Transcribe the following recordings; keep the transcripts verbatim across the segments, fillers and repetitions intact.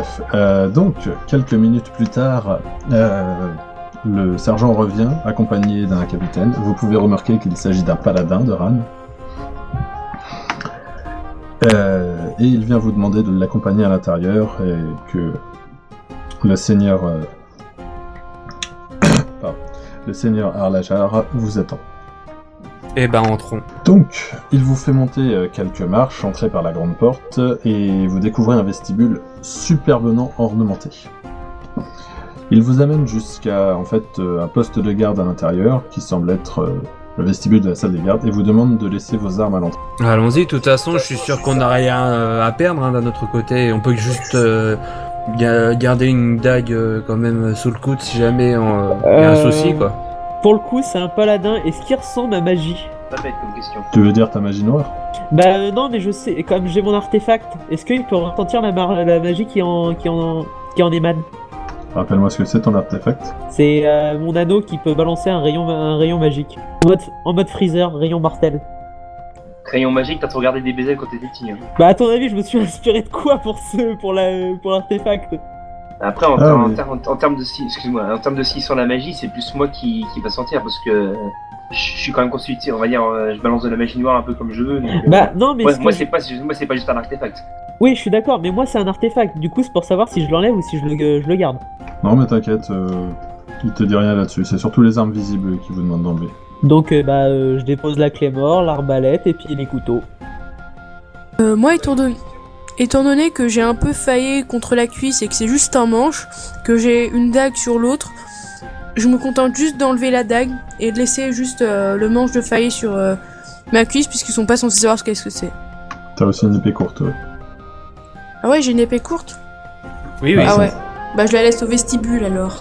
Bref, euh, donc, quelques minutes plus tard, euh, le sergent revient, accompagné d'un capitaine. Vous pouvez remarquer qu'il s'agit d'un paladin de Rann. Euh, et il vient vous demander de l'accompagner à l'intérieur et que le seigneur... Euh, pardon, le seigneur Arlajar vous attend. Eh ben, entrons. Donc, il vous fait monter quelques marches, entrer par la grande porte, et vous découvrez un vestibule superbement ornementé. Il vous amène jusqu'à, en fait, un poste de garde à l'intérieur, qui semble être le vestibule de la salle des gardes, et vous demande de laisser vos armes à l'entrée. Allons-y, de toute façon, je suis sûr qu'on n'a rien à perdre hein, d'un autre côté. On peut juste euh, garder une dague euh, quand même sous le coude si jamais il euh, y a un souci, quoi. Pour le coup, c'est un paladin. Est-ce qu'il ressemble à magie? Pas bête comme question. Tu veux dire ta magie noire? Bah euh, non, mais je sais, comme j'ai mon artefact, est-ce qu'il peut ressentir la, mar- la magie qui en, qui, en, qui en émane? Rappelle-moi ce que c'est ton artefact. C'est euh, mon anneau qui peut balancer un rayon, un rayon magique. En mode, en mode freezer, rayon mortel. Crayon magique, t'as trop regardé des baisers quand t'étais petit. Hein. Bah à ton avis, je me suis inspiré de quoi pour ce, pour la, pour l'artefact? Après, en, Ah, en, oui. ter- en, en termes de si, excuse-moi, en termes de si sans la magie, c'est plus moi qui, qui va sentir parce que je suis quand même consulté, on va dire, euh, je balance de la magie noire un peu comme je veux. Donc, euh, Bah non, mais ouais, ce moi que c'est je- pas, moi c'est pas juste un artefact. oui, je suis d'accord, mais moi c'est un artefact. Du coup, c'est pour savoir si je l'enlève ou si je le, euh, je le garde. Non mais t'inquiète, euh, il te dit rien là-dessus, c'est surtout les armes visibles qui vous demandent d'enlever. Donc euh, bah euh, je dépose la clé mort, l'arbalète et puis les couteaux. Euh, moi, étant donné, étant donné que j'ai un peu faillé contre la cuisse et que c'est juste un manche, que j'ai une dague sur l'autre, je me contente juste d'enlever la dague et de laisser juste euh, le manche de faillé sur euh, ma cuisse puisqu'ils sont pas censés savoir ce qu'est-ce que c'est. T'as aussi une épée courte, ouais. Ah ouais, j'ai une épée courte. Oui, oui. Ah ça- ouais. Bah je la laisse au vestibule alors.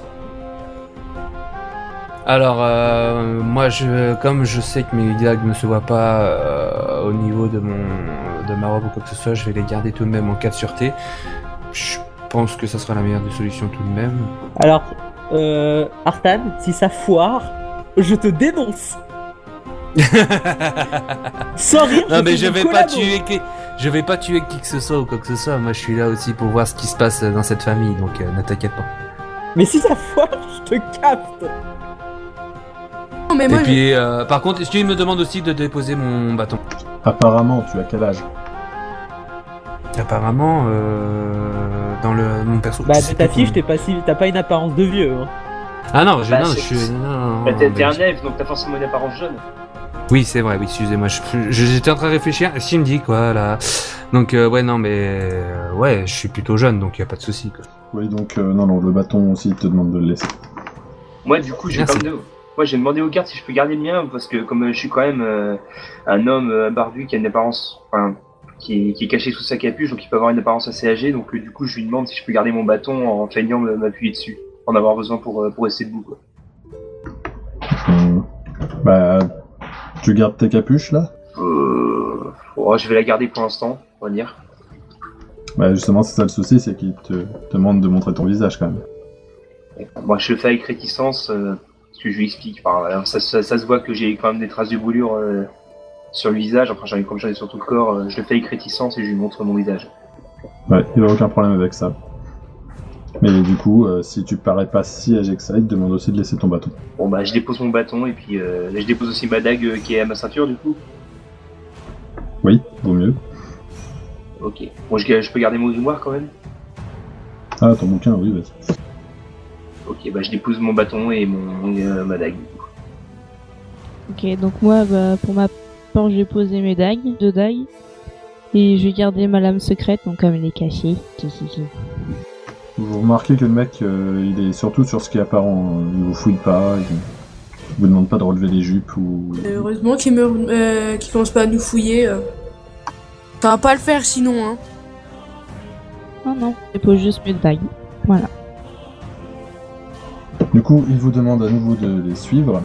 Alors, euh, moi, je, comme je sais que mes dagues ne se voient pas euh, au niveau de mon, de ma robe ou quoi que ce soit, je vais les garder tout de même en cas de sûreté. Je pense que ça sera la meilleure des solutions tout de même. Alors, euh, Artan, si ça foire, je te dénonce. Sans rire, Non mais fais je une vais pas collabo. tuer qui... je vais pas tuer qui que ce soit ou quoi que ce soit. Moi, je suis là aussi pour voir ce qui se passe dans cette famille, donc euh, ne t'inquiète pas. Mais si ça foire, je te capte. Non mais moi, Et puis, euh, par contre, est-ce qu'il me demande aussi de déposer mon bâton? Apparemment, tu as quel âge? Apparemment, euh, dans le mon perso. Bah je de sais ta plus fiche, comment- t'es pas si, t'as pas une apparence de vieux. Hein. Ah non, je, Bah, non, je c'est- suis. Non, non, Bah, non, t'es mais t'es un je- elfe, donc t'as forcément une apparence jeune. Oui, c'est vrai, oui, excusez-moi. je- je- J'étais en train de réfléchir. Est-ce qu'il me dit quoi là? Donc, euh, ouais, non, mais. euh, ouais, je suis plutôt jeune, donc y a pas de souci, quoi. Oui, donc, euh, non, non, le bâton aussi, il te demande de le laisser. Moi, du coup, j'ai Merci. comme de... Moi, j'ai demandé aux gardes si je peux garder le mien parce que comme euh, je suis quand même euh, un homme euh, barbu qui a une apparence, enfin, qui est, qui est caché sous sa capuche, donc il peut avoir une apparence assez âgée. Donc euh, du coup, je lui demande si je peux garder mon bâton en feignant me- m'appuyer dessus, en avoir besoin pour euh, pour rester debout. Quoi. Hum. Bah, tu gardes tes capuches, là? Euh... oh, je vais la garder pour l'instant, on va dire. Bah, justement, c'est ça le souci, c'est qu'il te demande de montrer ton visage, quand même. Moi, je le fais avec réticence, euh, parce que je lui explique. Enfin, alors, ça, ça, ça se voit que j'ai quand même des traces de brûlure euh, sur le visage. Enfin, j'en ai, comme j'en ai sur tout le corps, euh, je le fais avec réticence et je lui montre mon visage. Ouais, il n'y a aucun problème avec ça. Mais du coup, euh, si tu parais pas si âgé que ça, il te demande aussi de laisser ton bâton. Bon, bah, je dépose mon bâton et puis euh, je dépose aussi ma dague euh, qui est à ma ceinture, du coup. Oui, vaut mieux. Ok. Bon, je, je peux garder mon grimoire quand même. Ah, ton bouquin, oui, vas-y. Ok, bah, je dépose mon bâton et mon euh, ma dague. Ok, donc moi, bah, pour ma part, j'ai posé mes dagues, deux dagues. Et je vais garder ma lame secrète, donc comme elle est cachée. Hi, hi, hi. Vous remarquez que le mec, euh, il est surtout sur ce qui est apparent. Il vous fouille pas, il vous demande pas de relever les jupes ou... Euh, heureusement qu'il me, euh, qu'il commence pas à nous fouiller. euh. Ça va pas le faire sinon, hein. Non, non, je pose juste mes dagues. Voilà. Du coup, il vous demande à nouveau de les suivre.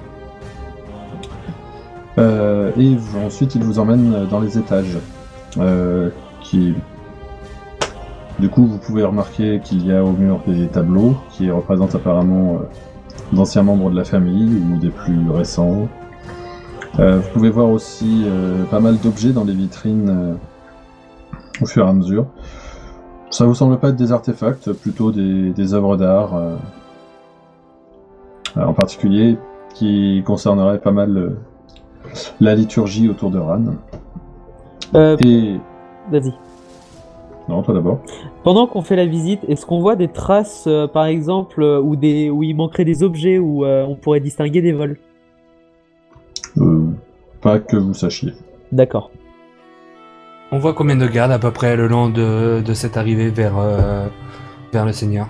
Euh, et vous- ensuite, il vous emmène dans les étages. Euh, qui... Du coup, vous pouvez remarquer qu'il y a au mur des tableaux qui représentent apparemment euh, d'anciens membres de la famille ou des plus récents. Euh, vous pouvez voir aussi euh, pas mal d'objets dans les vitrines euh, au fur et à mesure. Ça vous semble pas être des artefacts, plutôt des, des œuvres d'art, euh, en particulier, qui concerneraient pas mal euh, la liturgie autour de Ran. Euh, Et... Vas-y. Non, toi d'abord. Pendant qu'on fait la visite, est-ce qu'on voit des traces, euh, par exemple, euh, où, des... où il manquerait des objets, où euh, on pourrait distinguer des vols? Euh, pas que vous sachiez. D'accord. On voit combien de gardes à peu près le long de, de cette arrivée vers, euh, vers le Seigneur.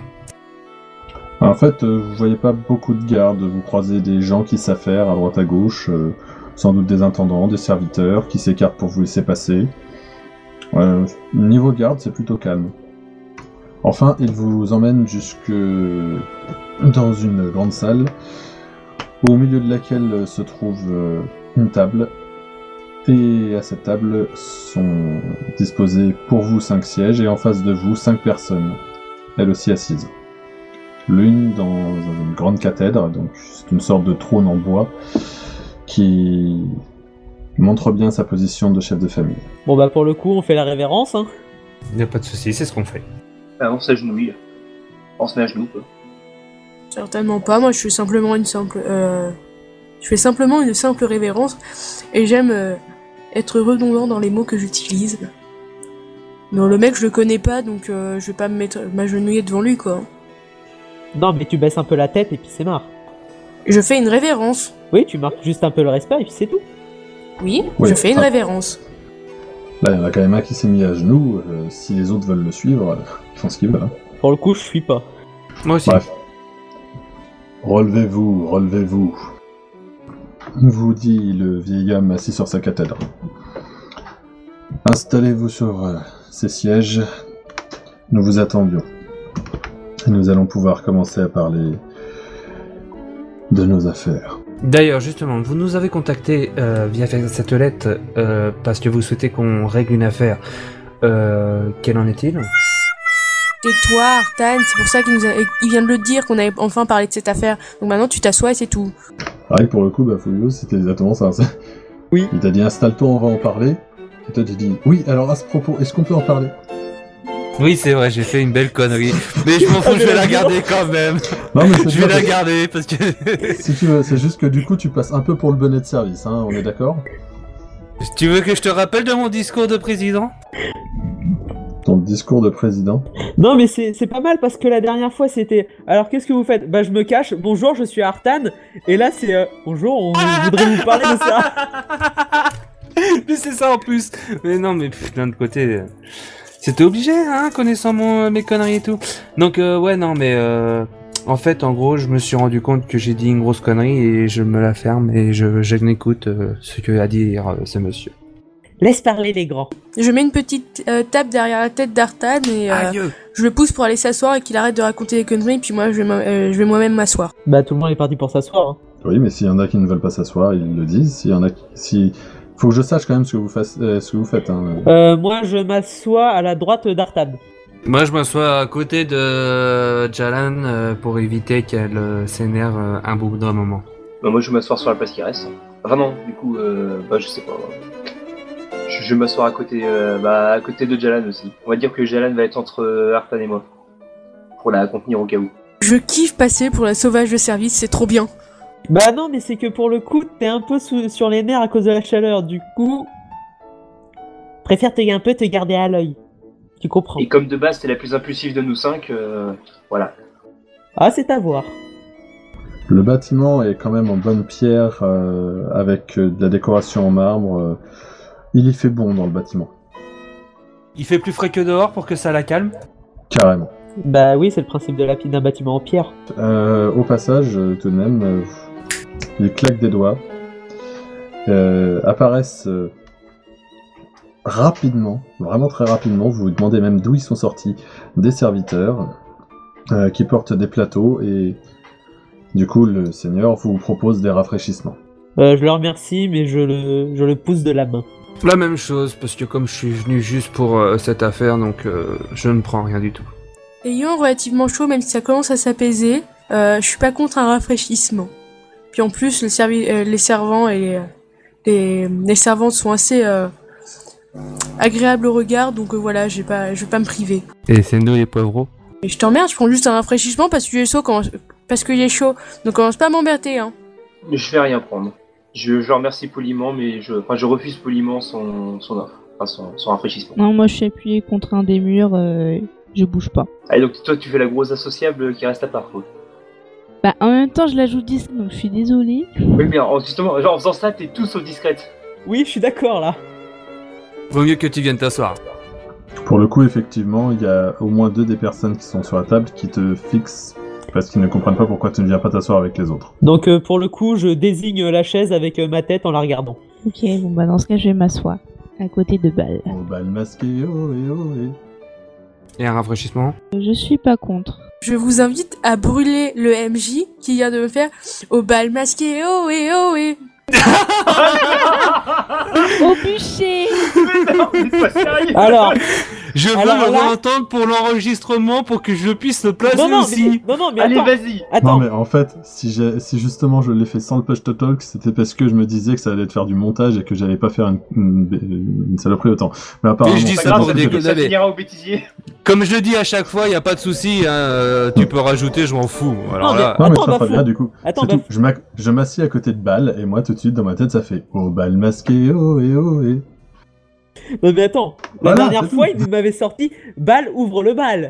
En fait, euh, vous voyez pas beaucoup de gardes, vous croisez des gens qui s'affairent à droite à gauche, euh, sans doute des intendants, des serviteurs, qui s'écartent pour vous laisser passer. Euh, niveau garde, c'est plutôt calme. Enfin, il vous emmène jusque dans une grande salle, au milieu de laquelle se trouve euh, une table. Et à cette table sont disposés pour vous cinq sièges, et en face de vous cinq personnes, elles aussi assises. L'une dans une grande cathèdre, donc c'est une sorte de trône en bois, qui montre bien sa position de chef de famille. Bon bah pour le coup, on fait la révérence, hein. Il n'y a pas de souci, c'est ce qu'on fait. Ah, on s'agenouille. On se met à genoux, quoi. Certainement pas, moi je suis simplement une simple... Euh... Je fais simplement une simple révérence, et j'aime euh, être redondant dans les mots que j'utilise. Non, le mec je le connais pas, donc euh, je vais pas me mettre m'agenouiller devant lui, quoi. Non mais tu baisses un peu la tête et puis c'est marre. Je fais une révérence. Oui, tu marques juste un peu le respect et puis c'est tout. Oui, Oui. je fais une Ah. révérence. Là, il y en a quand même un qui s'est mis à genoux, euh, si les autres veulent le suivre, euh, ils font ce qu'ils veulent. Hein. Pour le coup, je suis pas. Moi aussi. Bref. Relevez-vous, relevez-vous. Vous dit le vieil homme assis sur sa cathèdre. Installez-vous sur euh, ces sièges. Nous vous attendions. Et nous allons pouvoir commencer à parler de nos affaires. D'ailleurs, justement, vous nous avez contacté euh, via cette lettre euh, parce que vous souhaitez qu'on règle une affaire. Euh, quel en est-il? Tais-toi, Artan, c'est pour ça qu'il nous a... il vient de le dire qu'on avait enfin parlé de cette affaire. Donc maintenant tu t'assois et c'est tout. Pareil, pour le coup, bah, Fulvio, c'était exactement ça. ça. Oui. Il t'a dit installe-toi, on va en parler. Et toi, tu dis oui, alors à ce propos, est-ce qu'on peut en parler? Oui, c'est vrai, j'ai fait une belle connerie. Mais je m'en fous, je vais la garder quand même. Non, mais c'est Je bien vais la parce- garder parce que... Si tu veux, c'est juste que du coup, tu passes un peu pour le bonnet de service, hein, on est d'accord? Tu veux que je te rappelle de mon discours de président? Ton discours de président. Non mais c'est c'est pas mal parce que la dernière fois c'était alors qu'est-ce que vous faites? Bah je me cache, bonjour je suis Artan et là c'est euh, bonjour on voudrait vous parler de ça. Mais c'est ça en plus. Mais non, mais pff, d'un autre côté, euh, c'était obligé, hein, connaissant mon, mes conneries et tout. Donc euh, ouais, non, mais euh, en fait, en gros, je me suis rendu compte que j'ai dit une grosse connerie et je me la ferme et je, je n'écoute euh, ce que a dit euh, ce monsieur. Laisse parler les grands. Je mets une petite euh, tape derrière la tête d'Artan et euh, Adieu. je le pousse pour aller s'asseoir et qu'il arrête de raconter des conneries, puis moi je vais, moi- euh, je vais moi-même m'asseoir. Bah tout le monde est parti pour s'asseoir. Hein. Oui, mais s'il y en a qui ne veulent pas s'asseoir, ils le disent. S'il y en a qui... Si... Faut que je sache quand même ce que vous, fasse... euh, ce que vous faites. Hein. Euh, moi je m'assois à la droite d'Artan. Moi, je m'assois à côté de Jalan euh, pour éviter qu'elle euh, s'énerve euh, un bout d'un moment. Bah, moi, je vais m'asseoir sur la place qui reste. Enfin non, du coup, euh, bah je sais pas. Je, je vais m'asseoir à côté, euh, bah, à côté de Jalan aussi. On va dire que Jalan va être entre euh, Artan et moi. Pour la contenir au cas où. Je kiffe passer pour la sauvage de service, c'est trop bien. Bah non mais c'est que pour le coup t'es un peu sous- sur les nerfs à cause de la chaleur du coup. Préfère te un peu te garder à l'œil. Tu comprends. Et comme de base, t'es la plus impulsive de nous cinq, euh, voilà. Ah c'est à voir. Le bâtiment est quand même en bonne pierre, euh, avec euh, de la décoration en marbre. euh. Il y fait bon dans le bâtiment. Il fait plus frais que dehors pour que ça la calme. Carrément. Bah oui c'est le principe de la d'un bâtiment en pierre. Euh, au passage, euh, tout de même, euh, il claque des doigts. Euh, apparaissent euh, rapidement, vraiment très rapidement, vous vous demandez même d'où ils sont sortis, des serviteurs euh, qui portent des plateaux et du coup le seigneur vous propose des rafraîchissements. Euh, je le remercie mais je le, je le pousse de la main. La même chose, parce que comme je suis venu juste pour euh, cette affaire, donc euh, je ne prends rien du tout. Ayant relativement chaud, même si ça commence à s'apaiser, euh, je suis pas contre un rafraîchissement. Puis en plus, le servi- euh, les servants et les, les, les servantes sont assez euh, agréable au regard, donc euh, voilà, j'ai pas, je vais pas me priver. Et c'est nous les poivreaux. Et je t'emmerde, je prends juste un rafraîchissement parce que j'ai chaud, quand... parce qu'il est chaud. Donc commence pas à m'emmerder, hein. Je vais rien prendre. Je, je le remercie poliment, mais je, enfin, je refuse poliment son, son offre, enfin son, son rafraîchissement. Non, moi je suis appuyé contre un des murs, euh, je bouge pas. Allez, donc toi tu fais la grosse associable qui reste à part, quoi. Bah en même temps je l'ajoute dix, donc je suis désolée. Oui, mais en- justement, genre en faisant ça, t'es tous au discrète. Oui, je suis d'accord là. Vaut mieux que tu viennes t'asseoir. Pour le coup, effectivement, il y a au moins deux des personnes qui sont sur la table qui te fixent parce qu'ils ne comprennent pas pourquoi tu ne viens pas t'asseoir avec les autres. Donc euh, pour le coup, je désigne la chaise avec euh, ma tête en la regardant. Ok, bon bah dans ce cas je vais m'asseoir, à côté de Bal. Oh, bal masqué, oh et oh et. Et un rafraîchissement. Je suis pas contre. Je vous invite à brûler le M J qui vient de me faire au bal masqué, oh et oh et. Au bûcher. Non, mais pas sérieux. Alors, Je veux Alors le là- entendre pour l'enregistrement pour que je puisse le placer non, non, aussi. mais, non, non, mais Allez, attends, vas-y. attends. Non mais en fait, si, j'ai- si justement je l'ai fait sans le push to talk, c'était parce que je me disais que ça allait te faire du montage et que j'allais pas faire une, une, une saloperie autant. Mais apparemment, Mais je dis Pas ça grave, pour ça, déconner. ça finira au bêtisier. Comme je le dis à chaque fois, y a pas de souci, hein, euh, tu peux rajouter, je m'en fous. Alors Non, là, Non mais Attends, ça bah, va faut- bien du coup. Attends, C'est bah, tout. Je m'ac- je m'assieds à côté de Bal et moi tout de suite dans ma tête ça fait oh bal masqué, oh et oh et. non, mais attends. La Voilà, dernière c'est fois, tout. il m'avait sorti balle, ouvre le bal.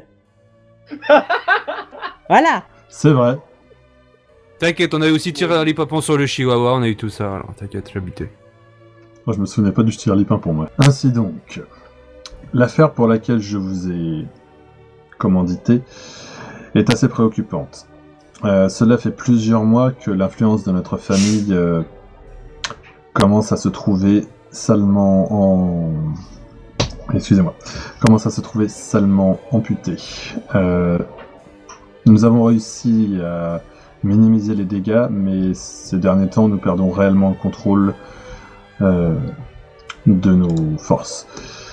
Voilà. C'est vrai. t'inquiète, on avait aussi tiré dans les papons sur le chihuahua, on a eu tout ça, alors t'inquiète, j'ai habité. Moi je me souvenais pas du tir-lipin pour moi. Ainsi donc, l'affaire pour laquelle je vous ai commandité est assez préoccupante. Euh, cela fait plusieurs mois que l'influence de notre famille euh, commence à se trouver salement en... Excusez-moi. Commence à se trouver salement amputée. Euh, nous avons réussi à minimiser les dégâts, mais ces derniers temps, nous perdons réellement le contrôle euh, de nos forces.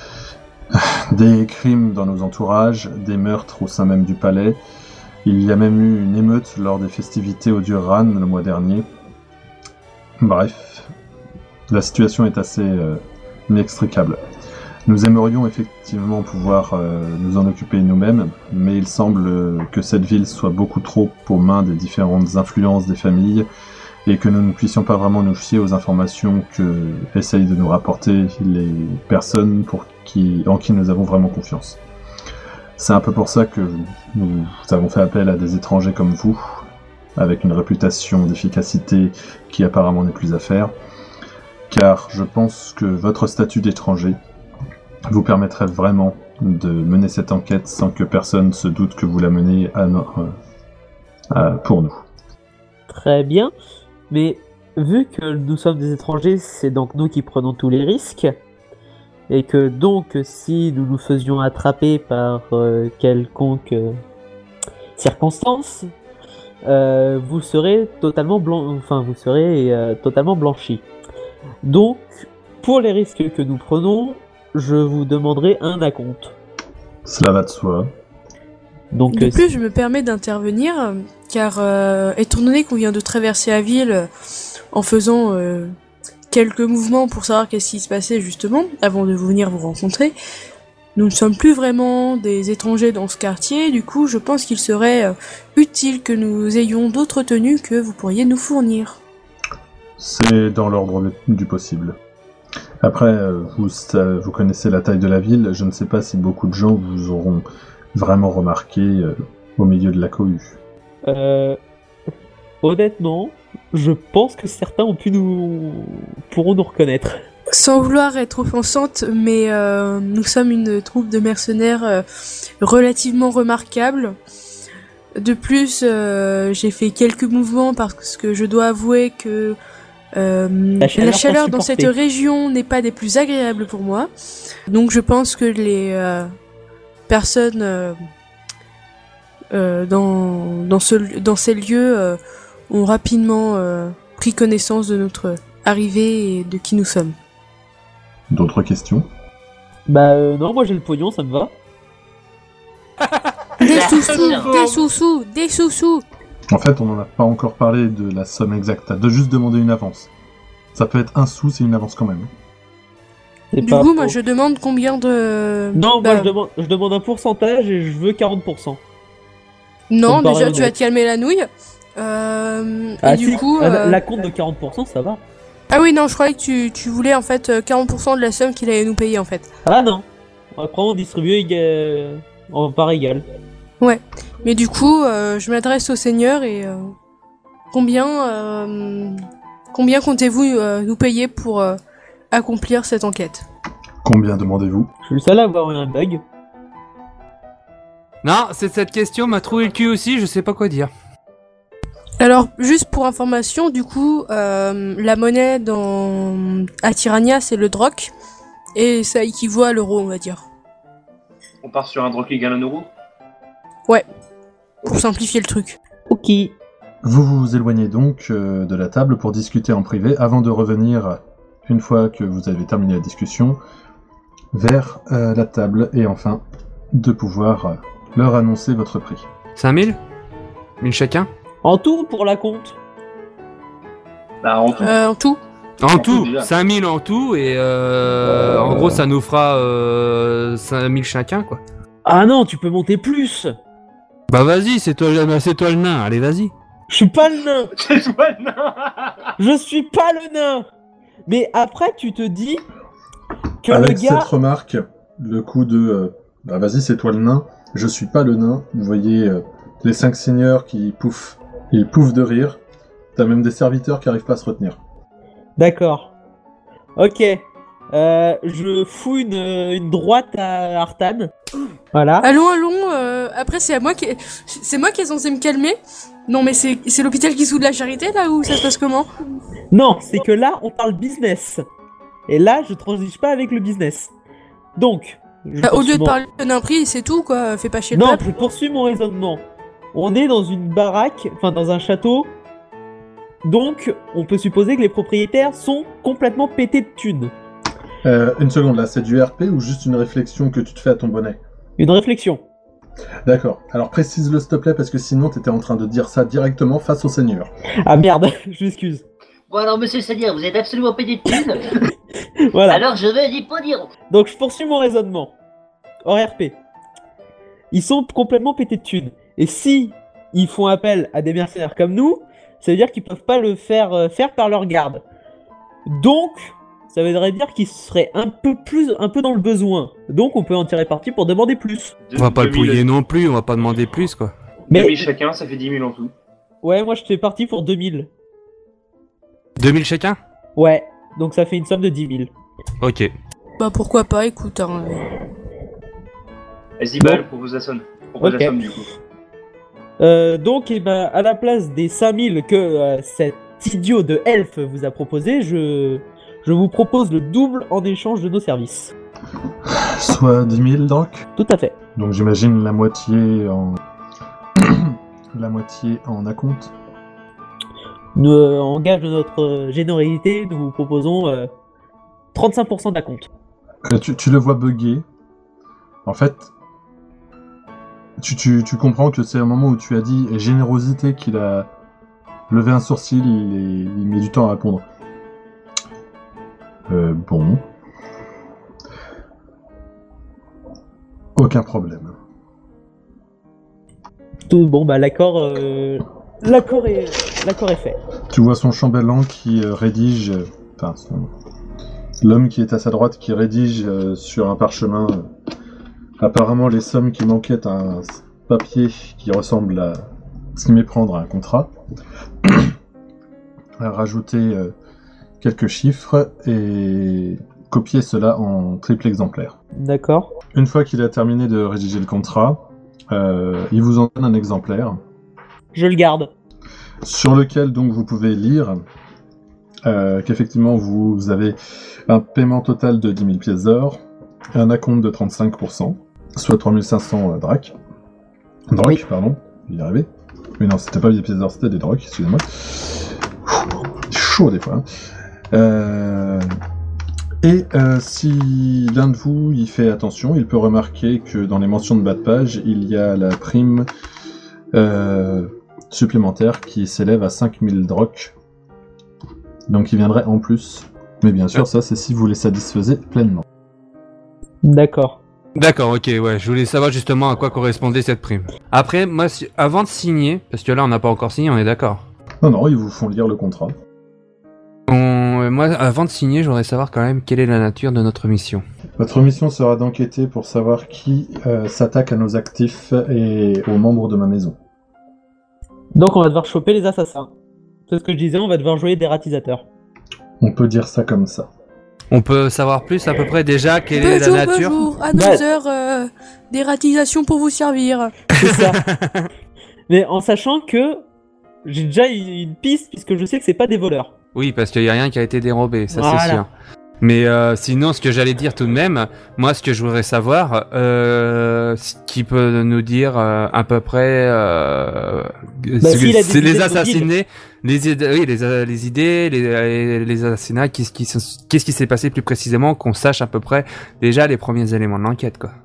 Des crimes dans nos entourages, des meurtres au sein même du palais. Il y a même eu une émeute lors des festivités au Duran le mois dernier. Bref, la situation est assez euh, inextricable. Nous aimerions effectivement pouvoir euh, nous en occuper nous-mêmes, mais il semble euh, que cette ville soit beaucoup trop aux mains des différentes influences des familles et que nous ne puissions pas vraiment nous fier aux informations que essayent de nous rapporter les personnes pour qui, en qui nous avons vraiment confiance. C'est un peu pour ça que nous avons fait appel à des étrangers comme vous, avec une réputation d'efficacité qui apparemment n'est plus à faire, car je pense que votre statut d'étranger vous permettrait vraiment de mener cette enquête sans que personne se doute que vous la menez à no- euh, à- pour nous. Très bien. Mais vu que nous sommes des étrangers, c'est donc nous qui prenons tous les risques. Et que donc, si nous nous faisions attraper par euh, quelconque euh, circonstance, euh, vous serez totalement blanc, enfin vous serez euh, totalement blanchi. Donc, pour les risques que nous prenons, je vous demanderai un acompte. Cela va de soi. Donc, De euh, plus, je me permets d'intervenir, euh, car euh, étant donné qu'on vient de traverser la ville euh, en faisant euh, quelques mouvements pour savoir qu'est-ce qui se passait justement, avant de venir vous rencontrer, nous ne sommes plus vraiment des étrangers dans ce quartier, du coup je pense qu'il serait euh, utile que nous ayons d'autres tenues que vous pourriez nous fournir. C'est dans l'ordre du possible. Après, euh, vous, ça- vous connaissez la taille de la ville, je ne sais pas si beaucoup de gens vous auront vraiment remarqué euh, au milieu de la cohue. Euh, honnêtement, je pense que certains ont pu nous pourront nous reconnaître. Sans vouloir être offensante, mais euh, nous sommes une troupe de mercenaires euh, relativement remarquable. De plus, euh, j'ai fait quelques mouvements parce que je dois avouer que euh, La chaleur la chaleur dans t'insupportait. cette région n'est pas des plus agréables pour moi. Donc je pense que les euh, personnes euh, euh, dans, dans, ce, dans ces lieux euh, ont rapidement euh, pris connaissance de notre arrivée et de qui nous sommes. D'autres questions? Bah euh, non, moi j'ai le pognon, ça me va. Des sous-sous, des sous-sous, des sous-sous. En fait, on n'en a pas encore parlé de la somme exacte. T'as de juste demander une avance. Ça peut être un sou, c'est une avance quand même. C'est Du pas coup, moi faux. je demande combien de. Non, Bah, moi je demande, je demande un pourcentage et je veux quarante pour cent. Non, Ça me paraît déjà tu vas honnête. te calmer la nouille. Euh, Ah et du si, coup. la- euh, la compte de quarante pour cent, ça va. Ah oui, non, je croyais que tu, tu voulais en fait euh, quarante pour cent de la somme qu'il allait nous payer en fait. Ah non. Après, on distribue éga- en part égale. Mais du coup, euh, je m'adresse au seigneur et. euh, combien. euh, combien comptez-vous euh, nous payer pour euh, accomplir cette enquête? Combien demandez-vous? Je suis le seul à avoir eu un bug. Non, c'est cette question m'a trouvé le cul aussi, je sais pas quoi dire. Alors, juste pour information, du coup, euh, la monnaie dans à Tirania, c'est le droc, et ça équivaut à l'euro, on va dire, On part sur un droc égal à un euro. pour simplifier le truc. Ok. Vous vous éloignez donc euh, de la table pour discuter en privé avant de revenir, une fois que vous avez terminé la discussion, vers euh, la table et enfin de pouvoir euh, leur annoncer votre prix. cinq mille mille chacun. En tout pour la compte. Bah, en tout. Euh, en tout. En En tout, tout, déjà. cinq mille en tout, et euh, en gros ça nous fera euh, cinq mille chacun, quoi. Ah non, tu peux monter plus. Bah vas-y, c'est toi, le- c'est toi le nain, allez vas-y. Je suis pas le nain. C'est toi, non. Je suis pas le nain. Mais après, tu te dis que Avec le gars. cette remarque, le coup de euh, bah vas-y c'est toi le nain, je suis pas le nain, vous voyez euh, les cinq seigneurs qui pouffent, ils pouffent de rire, t'as même des serviteurs qui arrivent pas à se retenir. D'accord. Ok. Euh, je fous une, une droite à Artan. Voilà. Allons, allons. euh, après, c'est à moi qui, c'est moi qui est censé me calmer. Non, mais c'est c'est l'hôpital qui soude la charité là ou ça se passe comment? Non, c'est que là, on parle business. Et là, je transige pas avec le business. Donc, je Bah, au poursuis lieu de mon- parler d'un prix, c'est tout quoi. Fais pas chier le Non, peuple. je poursuis mon raisonnement. On est dans une baraque, enfin dans un château. Donc, on peut supposer que les propriétaires sont complètement pétés de thunes. Euh, une seconde là, c'est du R P ou juste une réflexion que tu te fais à ton bonnet? Une réflexion. D'accord, alors précise-le s'il te plaît parce que sinon t'étais en train de dire ça directement face au seigneur. Ah merde, je m'excuse. Bon alors monsieur le Seigneur, vous êtes absolument pété de thunes, Voilà. alors je vais y pas dire. Donc je poursuis mon raisonnement. Hors R P. Ils sont complètement pétés de thunes. Et si ils font appel à des mercenaires comme nous, ça veut dire qu'ils peuvent pas le faire euh, faire par leur garde. Donc, ça voudrait dire qu'ils seraient un peu plus, un peu dans le besoin. Donc on peut en tirer parti pour demander plus. On va pas le deux mille pouiller non plus, on va pas demander plus, quoi. deux Mais mille chacun, ça fait dix mille en tout. ouais, moi je fais parti pour deux mille. deux mille chacun. Ouais, donc ça fait une somme de dix mille. Ok. Bah pourquoi pas, écoute. Hein. Vas-y, Bon. balle, propose la somme. Propose Ok. la somme du coup. Euh, donc, eh ben, à la place des cinq mille que euh, cet idiot de elfe vous a proposé, je, je vous propose le double en échange de nos services. Soit dix mille donc. Tout à fait. Donc j'imagine la moitié en... la moitié en acompte. Nous, euh, en gage de notre euh, générosité, nous vous proposons euh, trente-cinq pour cent d'acompte. Euh, tu, tu le vois bugger. En fait, tu, tu, tu comprends que c'est un moment où tu as dit générosité qu'il a levé un sourcil et il met du temps à répondre. Euh, bon. Aucun problème. Tout bon, bah l'accord, euh, l'accord est, l'accord est fait. Tu vois son chambellan qui euh, rédige, euh, enfin, son- l'homme qui est à sa droite qui rédige euh, sur un parchemin euh, apparemment les sommes qui manquaient, un s- papier qui ressemble à s'y méprendre à un contrat, à rajouter euh, quelques chiffres et copier cela en triple exemplaire. D'accord. Une fois qu'il a terminé de rédiger le contrat, euh, il vous en donne un exemplaire Je le garde. sur lequel donc vous pouvez lire euh, qu'effectivement vous avez un paiement total de dix mille pièces d'or, un acompte de trente-cinq pour cent, soit trois mille cinq cents euh, dracs. Droc, Oui. pardon, je vais y arriver. Mais non, c'était pas des pièces d'or, c'était des drocs, excusez-moi. Chaud des fois. Hein. Euh, Et euh, si l'un de vous y fait attention, il peut remarquer que dans les mentions de bas de page, il y a la prime euh, supplémentaire qui s'élève à cinq mille drocs. Donc il viendrait en plus Mais bien sûr, ça c'est si vous les satisfaisez pleinement. D'accord. D'accord, ok, ouais, je voulais savoir justement à quoi correspondait cette prime. Après, moi, si- avant de signer, parce que là on n'a pas encore signé, on est d'accord. Non, non, ils vous font lire le contrat. On- euh, Moi, avant de signer, je voudrais savoir quand même quelle est la nature de notre mission. Votre mission sera d'enquêter pour savoir qui euh, s'attaque à nos actifs et aux membres de ma maison. Donc on va devoir choper les assassins. C'est ce que je disais, on va devoir jouer des ratisateurs. On peut dire ça comme ça. On peut savoir plus à peu près déjà quelle est Bonjour, la nature. bonjour, à nos Bah- heures euh, d'ératisation pour vous servir. C'est ça. Mais en sachant que j'ai déjà une piste, puisque je sais que c'est pas des voleurs. Oui, parce qu'il n'y a rien qui a été dérobé, ça Voilà. c'est sûr. Mais euh, sinon, ce que j'allais dire tout de même, moi, ce que je voudrais savoir, euh, ce qui peut nous dire euh, à peu près, euh, Bah, ce que- s'il a des c'est idées les de assassinés, les idées, oui, les, euh, les idées, les, les, les assassinats, qu'est-ce qui, se- qu'est-ce qui s'est passé plus précisément, qu'on sache à peu près déjà les premiers éléments de l'enquête, quoi.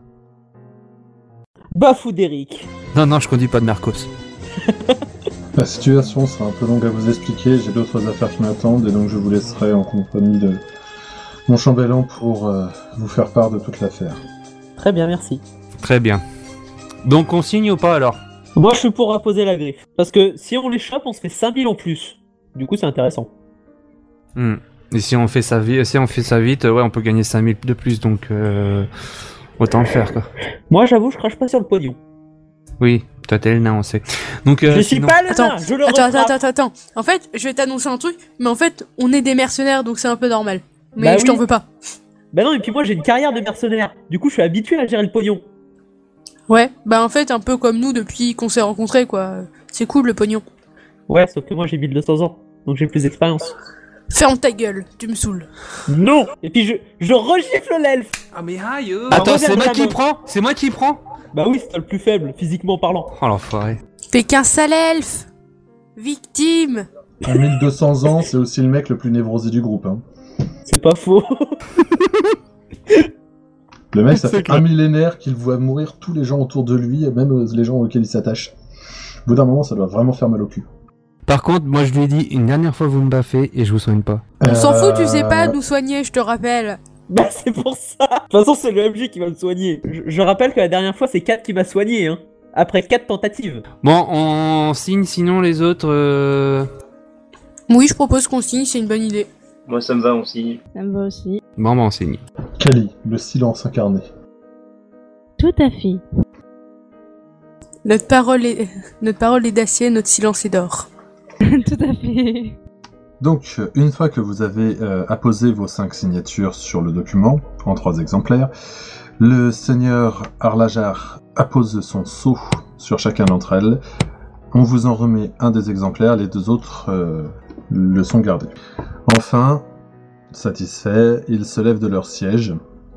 Bafou d'Eric. Non, non, je conduis pas de Narcos. La situation sera un peu longue à vous expliquer, j'ai d'autres affaires qui m'attendent et donc je vous laisserai en compagnie de mon chambellan pour euh, vous faire part de toute l'affaire. Très bien, merci. Très bien. Donc on signe ou pas alors? Moi je suis pour apposer la griffe. Parce que si on les chope, on se fait cinq mille en plus. Du coup c'est intéressant. Hmm. Et si on fait ça vite, si on fait ça vite, ouais, on peut gagner cinq mille de plus, donc euh, autant le faire, quoi. Moi j'avoue, je crache pas sur le pognon. Oui, toi t'es le nain, on sait. Donc, euh, je suis sinon- pas le Attends, nain, je le Attends, refrappe. attends, attends, attends. En fait, je vais t'annoncer un truc, mais en fait, on est des mercenaires, donc c'est un peu normal. Mais Bah je oui. t'en veux pas. Bah non, et puis moi j'ai une carrière de mercenaire. Du coup je suis habitué à gérer le pognon. Ouais, bah en fait, un peu comme nous depuis qu'on s'est rencontrés, quoi. C'est cool le pognon. Ouais, sauf que moi j'ai mille deux cents ans, donc j'ai plus d'expérience. Ferme ta gueule, tu me saoules. Non. Et puis je, je regifle l'elfe. Ah mais aïe euh. Bah, Attends, c'est regarde moi la qui main. prends C'est moi qui prends Bah oui, c'est toi le plus faible, physiquement parlant. Oh l'enfoiré. T'es qu'un sale elfe. Victime. À mille deux cents ans, c'est aussi le mec le plus névrosé du groupe. Hein. C'est pas faux. Le mec, ça C'est fait clair. un millénaire qu'il voit mourir tous les gens autour de lui, et même euh, les gens auxquels il s'attache. Au bout d'un moment, ça doit vraiment faire mal au cul. Par contre, moi je lui ai dit, une dernière fois vous me baffez et je vous soigne pas. On s'en fout, tu Euh, sais pas nous soigner, je te rappelle. Bah c'est pour ça. De toute façon, c'est le M J qui va me soigner. Je, je rappelle que la dernière fois, c'est Kat qui m'a soigné, hein. Après quatre tentatives. Bon, on signe sinon les autres... euh, Oui, je propose qu'on signe, c'est une bonne idée. Moi, ça me va aussi. Ça me va aussi. Bon, bah on signe. Kali, le silence incarné. Tout à fait. Notre parole est, notre parole est d'acier, notre silence est d'or. Tout à fait. Donc, une fois que vous avez euh, apposé vos cinq signatures sur le document, en trois exemplaires, le seigneur Arlajar appose son sceau sur chacun d'entre elles. On vous en remet un des exemplaires, les deux autres euh, le sont gardés. Enfin, satisfaits, ils se lèvent de leur siège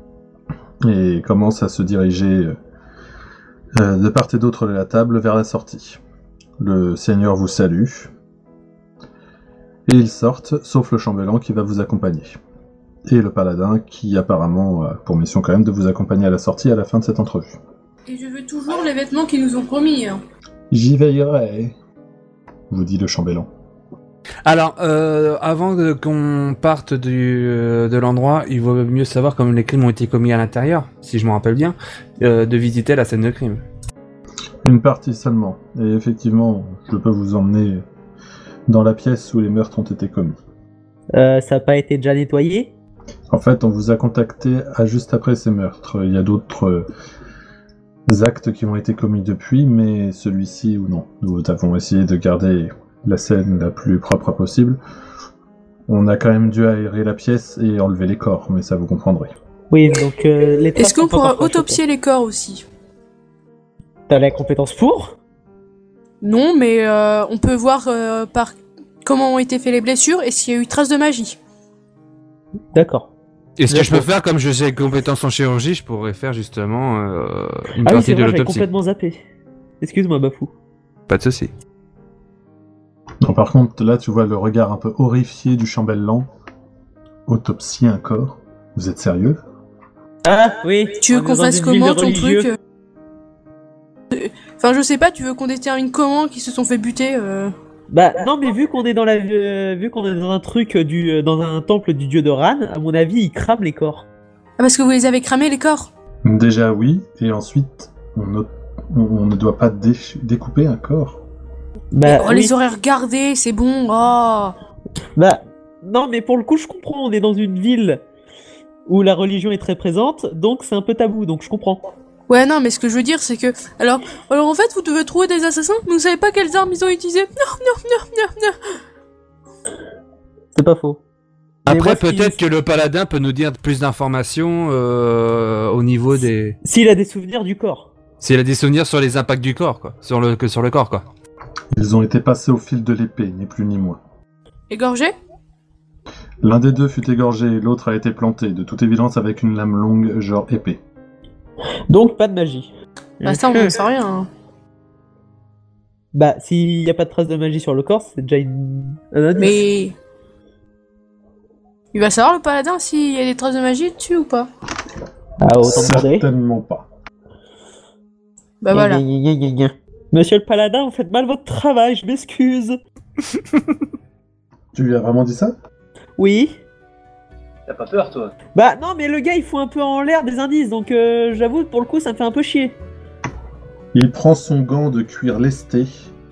et commencent à se diriger euh, de part et d'autre de la table vers la sortie. Le seigneur vous salue. Et ils sortent, sauf le chambellan qui va vous accompagner. Et le paladin qui apparemment a pour mission quand même de vous accompagner à la sortie à la fin de cette entrevue. Et je veux toujours les vêtements qu'ils nous ont promis. Hein. J'y veillerai, vous dit le chambellan. Alors, euh, avant de- qu'on parte du, euh, de l'endroit, il vaut mieux savoir comme les crimes ont été commis à l'intérieur, si je me rappelle bien, euh, de visiter la scène de crime. Une partie seulement, et effectivement, je peux vous emmener dans la pièce où les meurtres ont été commis. Euh, ça a pas été déjà nettoyé? En fait, on vous a contacté à juste après ces meurtres. Il y a d'autres euh, actes qui ont été commis depuis, mais celui-ci ou non. Nous avons essayé de garder la scène la plus propre possible. On a quand même dû aérer la pièce et enlever les corps, mais ça vous comprendrez. Oui, donc euh, les traces Est-ce qu'on sont pas pourra parfois autopsier les corps aussi? choquantes. T'as la compétence pour? Non, mais euh, on peut voir euh, par comment ont été faites les blessures et s'il y a eu trace de magie. D'accord. Est-ce que je peux D'accord. faire, comme je sais compétence en chirurgie, je pourrais faire justement euh, une Ah oui, partie c'est de vrai, j'avais l'autopsie. complètement zappé. Excuse-moi, Bafou. Pas de souci. Non, par contre, là, tu vois le regard un peu horrifié du chambellan. Autopsier un corps? Vous êtes sérieux? Ah oui. Tu veux on est qu'on dans fasse une ville comment de ton religieux. truc euh, Enfin, je sais pas, tu veux qu'on détermine comment qui se sont fait buter euh... Bah non, mais vu qu'on est dans la, euh, vu qu'on est dans un truc du, euh, dans un temple du dieu de Ran, à mon avis, il crame les corps. Ah, parce que vous les avez cramés, les corps. Déjà oui, et ensuite, on ne, on, on ne doit pas dé- découper un corps. Bah, On oui. les aurait regardés, c'est bon. Oh. Bah non, mais pour le coup, je comprends. On est dans une ville où la religion est très présente, donc c'est un peu tabou. Donc je comprends. Ouais, non, mais ce que je veux dire, c'est que... Alors, alors en fait, vous devez trouver des assassins, mais vous savez pas quelles armes ils ont utilisées. Non, non, non, non, non. C'est pas faux. Mais Après, moi, ce qui- peut-être que le paladin peut nous dire plus d'informations euh, au niveau des... S'il a des souvenirs du corps. S'il a des souvenirs sur les impacts du corps, quoi. Sur le, que sur le corps, quoi. Ils ont été passés au fil de l'épée, ni plus ni moins. Égorgé? L'un des deux fut égorgé et l'autre a été planté, de toute évidence avec une lame longue, genre épée. Donc pas de magie. Bah ça, on n'en sait rien. hein. Bah s'il y a pas de trace de magie sur le corps, c'est déjà une... un indice. Mais... Il va savoir, le paladin, s'il y a des traces de magie dessus ou pas? Ah, autant demander. Certainement pas. Bah voilà. Gna, gna, gna, gna, gna. Monsieur le paladin, vous faites mal votre travail, je m'excuse. Tu lui as vraiment dit ça? Oui. T'as pas peur, toi? Bah non, mais le gars il fout un peu en l'air des indices, donc euh, j'avoue pour le coup ça me fait un peu chier. Il prend son gant de cuir lesté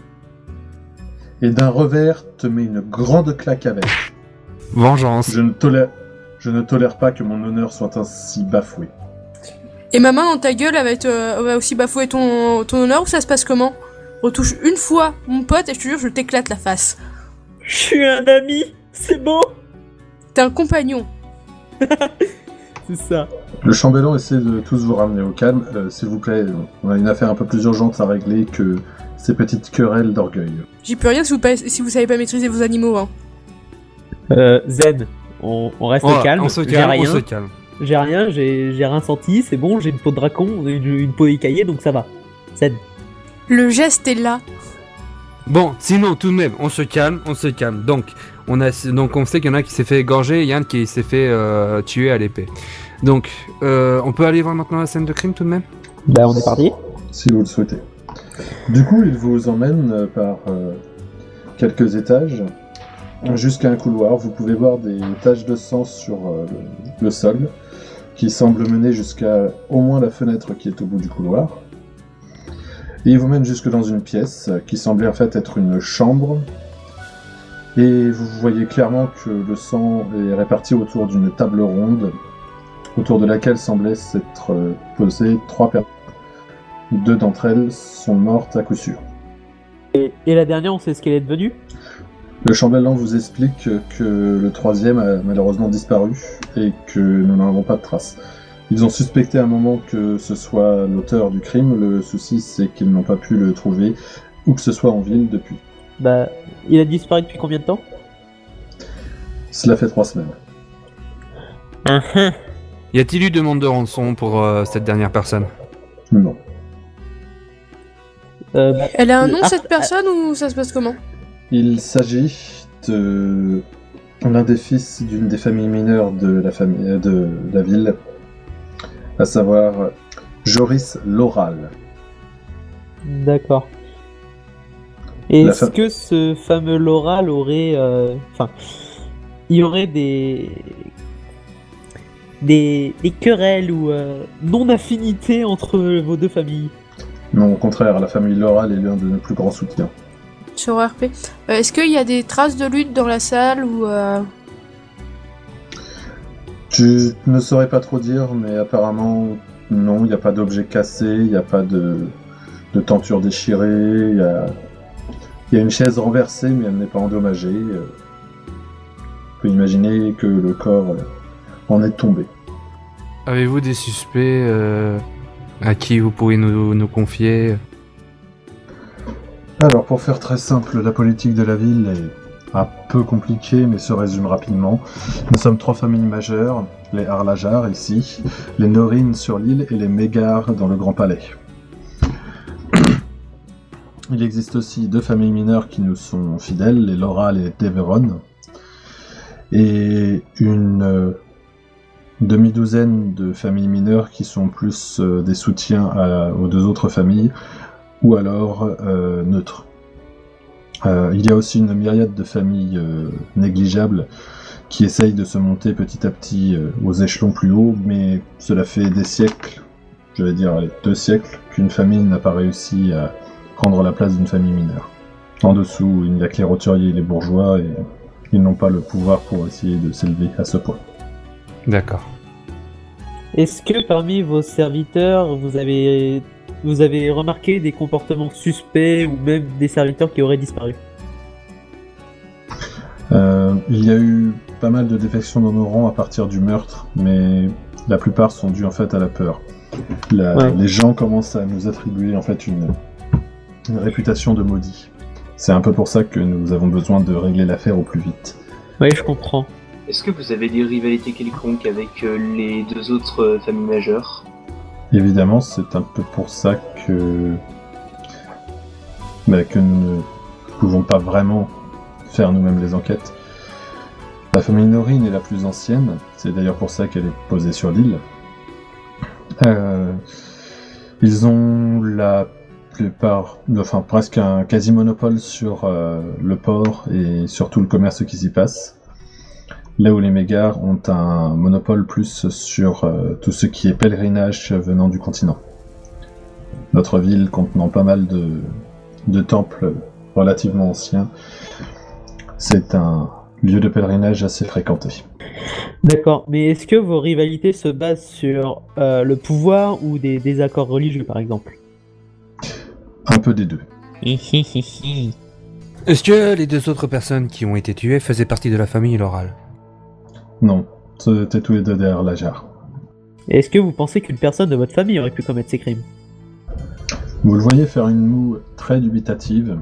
et d'un revers te met une grande claque avec. Vengeance. Je ne tolère, je ne tolère pas que mon honneur soit ainsi bafoué. Et ma main dans ta gueule, elle va, être, euh, va aussi bafouer ton, ton honneur, ou ça se passe comment? Retouche une fois mon pote et je te jure, je t'éclate la face. Je suis un ami, c'est beau. T'es un compagnon. C'est ça. Le chambellan essaie de tous vous ramener au calme. Euh, S'il vous plaît, on a une affaire un peu plus urgente à régler que ces petites querelles d'orgueil. J'y peux rien si vous, pas, si vous savez pas maîtriser vos animaux. Hein. Euh, Zen, on, on reste Oh, calme. on se J'ai calme, on rien. se calme. J'ai rien, j'ai j'ai rien senti, c'est bon, j'ai une peau de dracon, une, une peau écaillée, donc ça va. Zen. Le geste est là. Bon, sinon, tout de même, on se calme, on se calme. Donc, on, a, donc on sait qu'il y en a un qui s'est fait égorger et Yann qui s'est fait euh, tuer à l'épée. Donc, euh, on peut aller voir maintenant la scène de crime tout de même? Bah on est parti. Si vous le souhaitez. Du coup, il vous emmène euh, par euh, quelques étages jusqu'à un couloir. Vous pouvez voir des taches de sang sur euh, le, le sol qui semblent mener jusqu'à au moins la fenêtre qui est au bout du couloir. Et il vous mène jusque dans une pièce qui semblait en fait être une chambre. Et vous voyez clairement que le sang est réparti autour d'une table ronde, autour de laquelle semblaient s'être euh, posées trois personnes. Deux d'entre elles sont mortes à coup sûr. Et, et la dernière, on sait ce qu'elle est devenue. Le chambellan vous explique que le troisième a malheureusement disparu et que nous n'en avons pas de traces. Ils ont suspecté à un moment que ce soit l'auteur du crime. Le souci, c'est qu'ils n'ont pas pu le trouver, où que ce soit en ville depuis. Bah, il a disparu depuis combien de temps? Cela fait trois semaines. Ah ah. Y a-t-il eu demande de rançon pour euh, cette dernière personne? Non. Euh, bah, Elle a un nom, Ah, cette personne, ou ça se passe comment? Il s'agit de l'un des fils d'une des familles mineures de la, famille, de la ville, à savoir Joris Loral. D'accord. La Est-ce fa- que ce fameux Loral aurait... euh, Enfin, il y aurait des... Des, des querelles ou euh, non-affinités entre vos deux familles? Non, au contraire, la famille Loral est l'un de nos plus grands soutiens. Sur O R P. Euh, Est-ce qu'il y a des traces de lutte dans la salle ou euh... Je ne saurais pas trop dire, mais apparemment, non, il n'y a pas d'objet cassé, il n'y a pas de, de tenture déchirée, il y a... il y a une chaise renversée, mais elle n'est pas endommagée. Euh, On peut imaginer que le corps euh, en est tombé. Avez-vous des suspects euh, à qui vous pouvez nous, nous confier? Alors, pour faire très simple, la politique de la ville est un peu compliquée, mais se résume rapidement. Nous sommes trois familles majeures, les Harlajar ici, les Norines sur l'île et les Mégars dans le Grand Palais. Il existe aussi deux familles mineures qui nous sont fidèles, les Loral et les Deveron, et une euh, demi-douzaine de familles mineures qui sont plus euh, des soutiens à- aux deux autres familles, ou alors euh, neutres. Euh, il y a aussi une myriade de familles euh, négligeables qui essayent de se monter petit à petit euh, aux échelons plus hauts, mais cela fait des siècles, je vais dire allez, deux siècles, qu'une famille n'a pas réussi à prendre la place d'une famille mineure. En dessous, il n'y a que les roturiers et les bourgeois, et ils n'ont pas le pouvoir pour essayer de s'élever à ce point. D'accord. Est-ce que parmi vos serviteurs, vous avez, vous avez remarqué des comportements suspects ou même des serviteurs qui auraient disparu? Euh, il y a eu pas mal de défections dans nos rangs à partir du meurtre, mais la plupart sont dus en fait à la peur. La, Ouais. Les gens commencent à nous attribuer en fait une, une réputation de maudit. C'est un peu pour ça que nous avons besoin de régler l'affaire au plus vite. Oui, je comprends. Est-ce que vous avez des rivalités quelconques avec euh, les deux autres euh, familles majeures? Évidemment, c'est un peu pour ça que, bah, que nous ne pouvons pas vraiment faire nous-mêmes les enquêtes. La famille Norine est la plus ancienne, c'est d'ailleurs pour ça qu'elle est posée sur l'île. Euh, ils ont la plupart, enfin presque un quasi-monopole sur euh, le port et sur tout le commerce qui s'y passe. Là où les Mégars ont un monopole plus sur euh, tout ce qui est pèlerinage venant du continent. Notre ville contenant pas mal de, de temples relativement anciens, c'est un lieu de pèlerinage assez fréquenté. D'accord, mais est-ce que vos rivalités se basent sur euh, le pouvoir ou des désaccords religieux, par exemple? Un peu des deux. Est-ce que les deux autres personnes qui ont été tuées faisaient partie de la famille Loral? Non, c'était tous les deux derrière la jarre. Est-ce que vous pensez qu'une personne de votre famille aurait pu commettre ces crimes? Vous le voyez faire une moue très dubitative,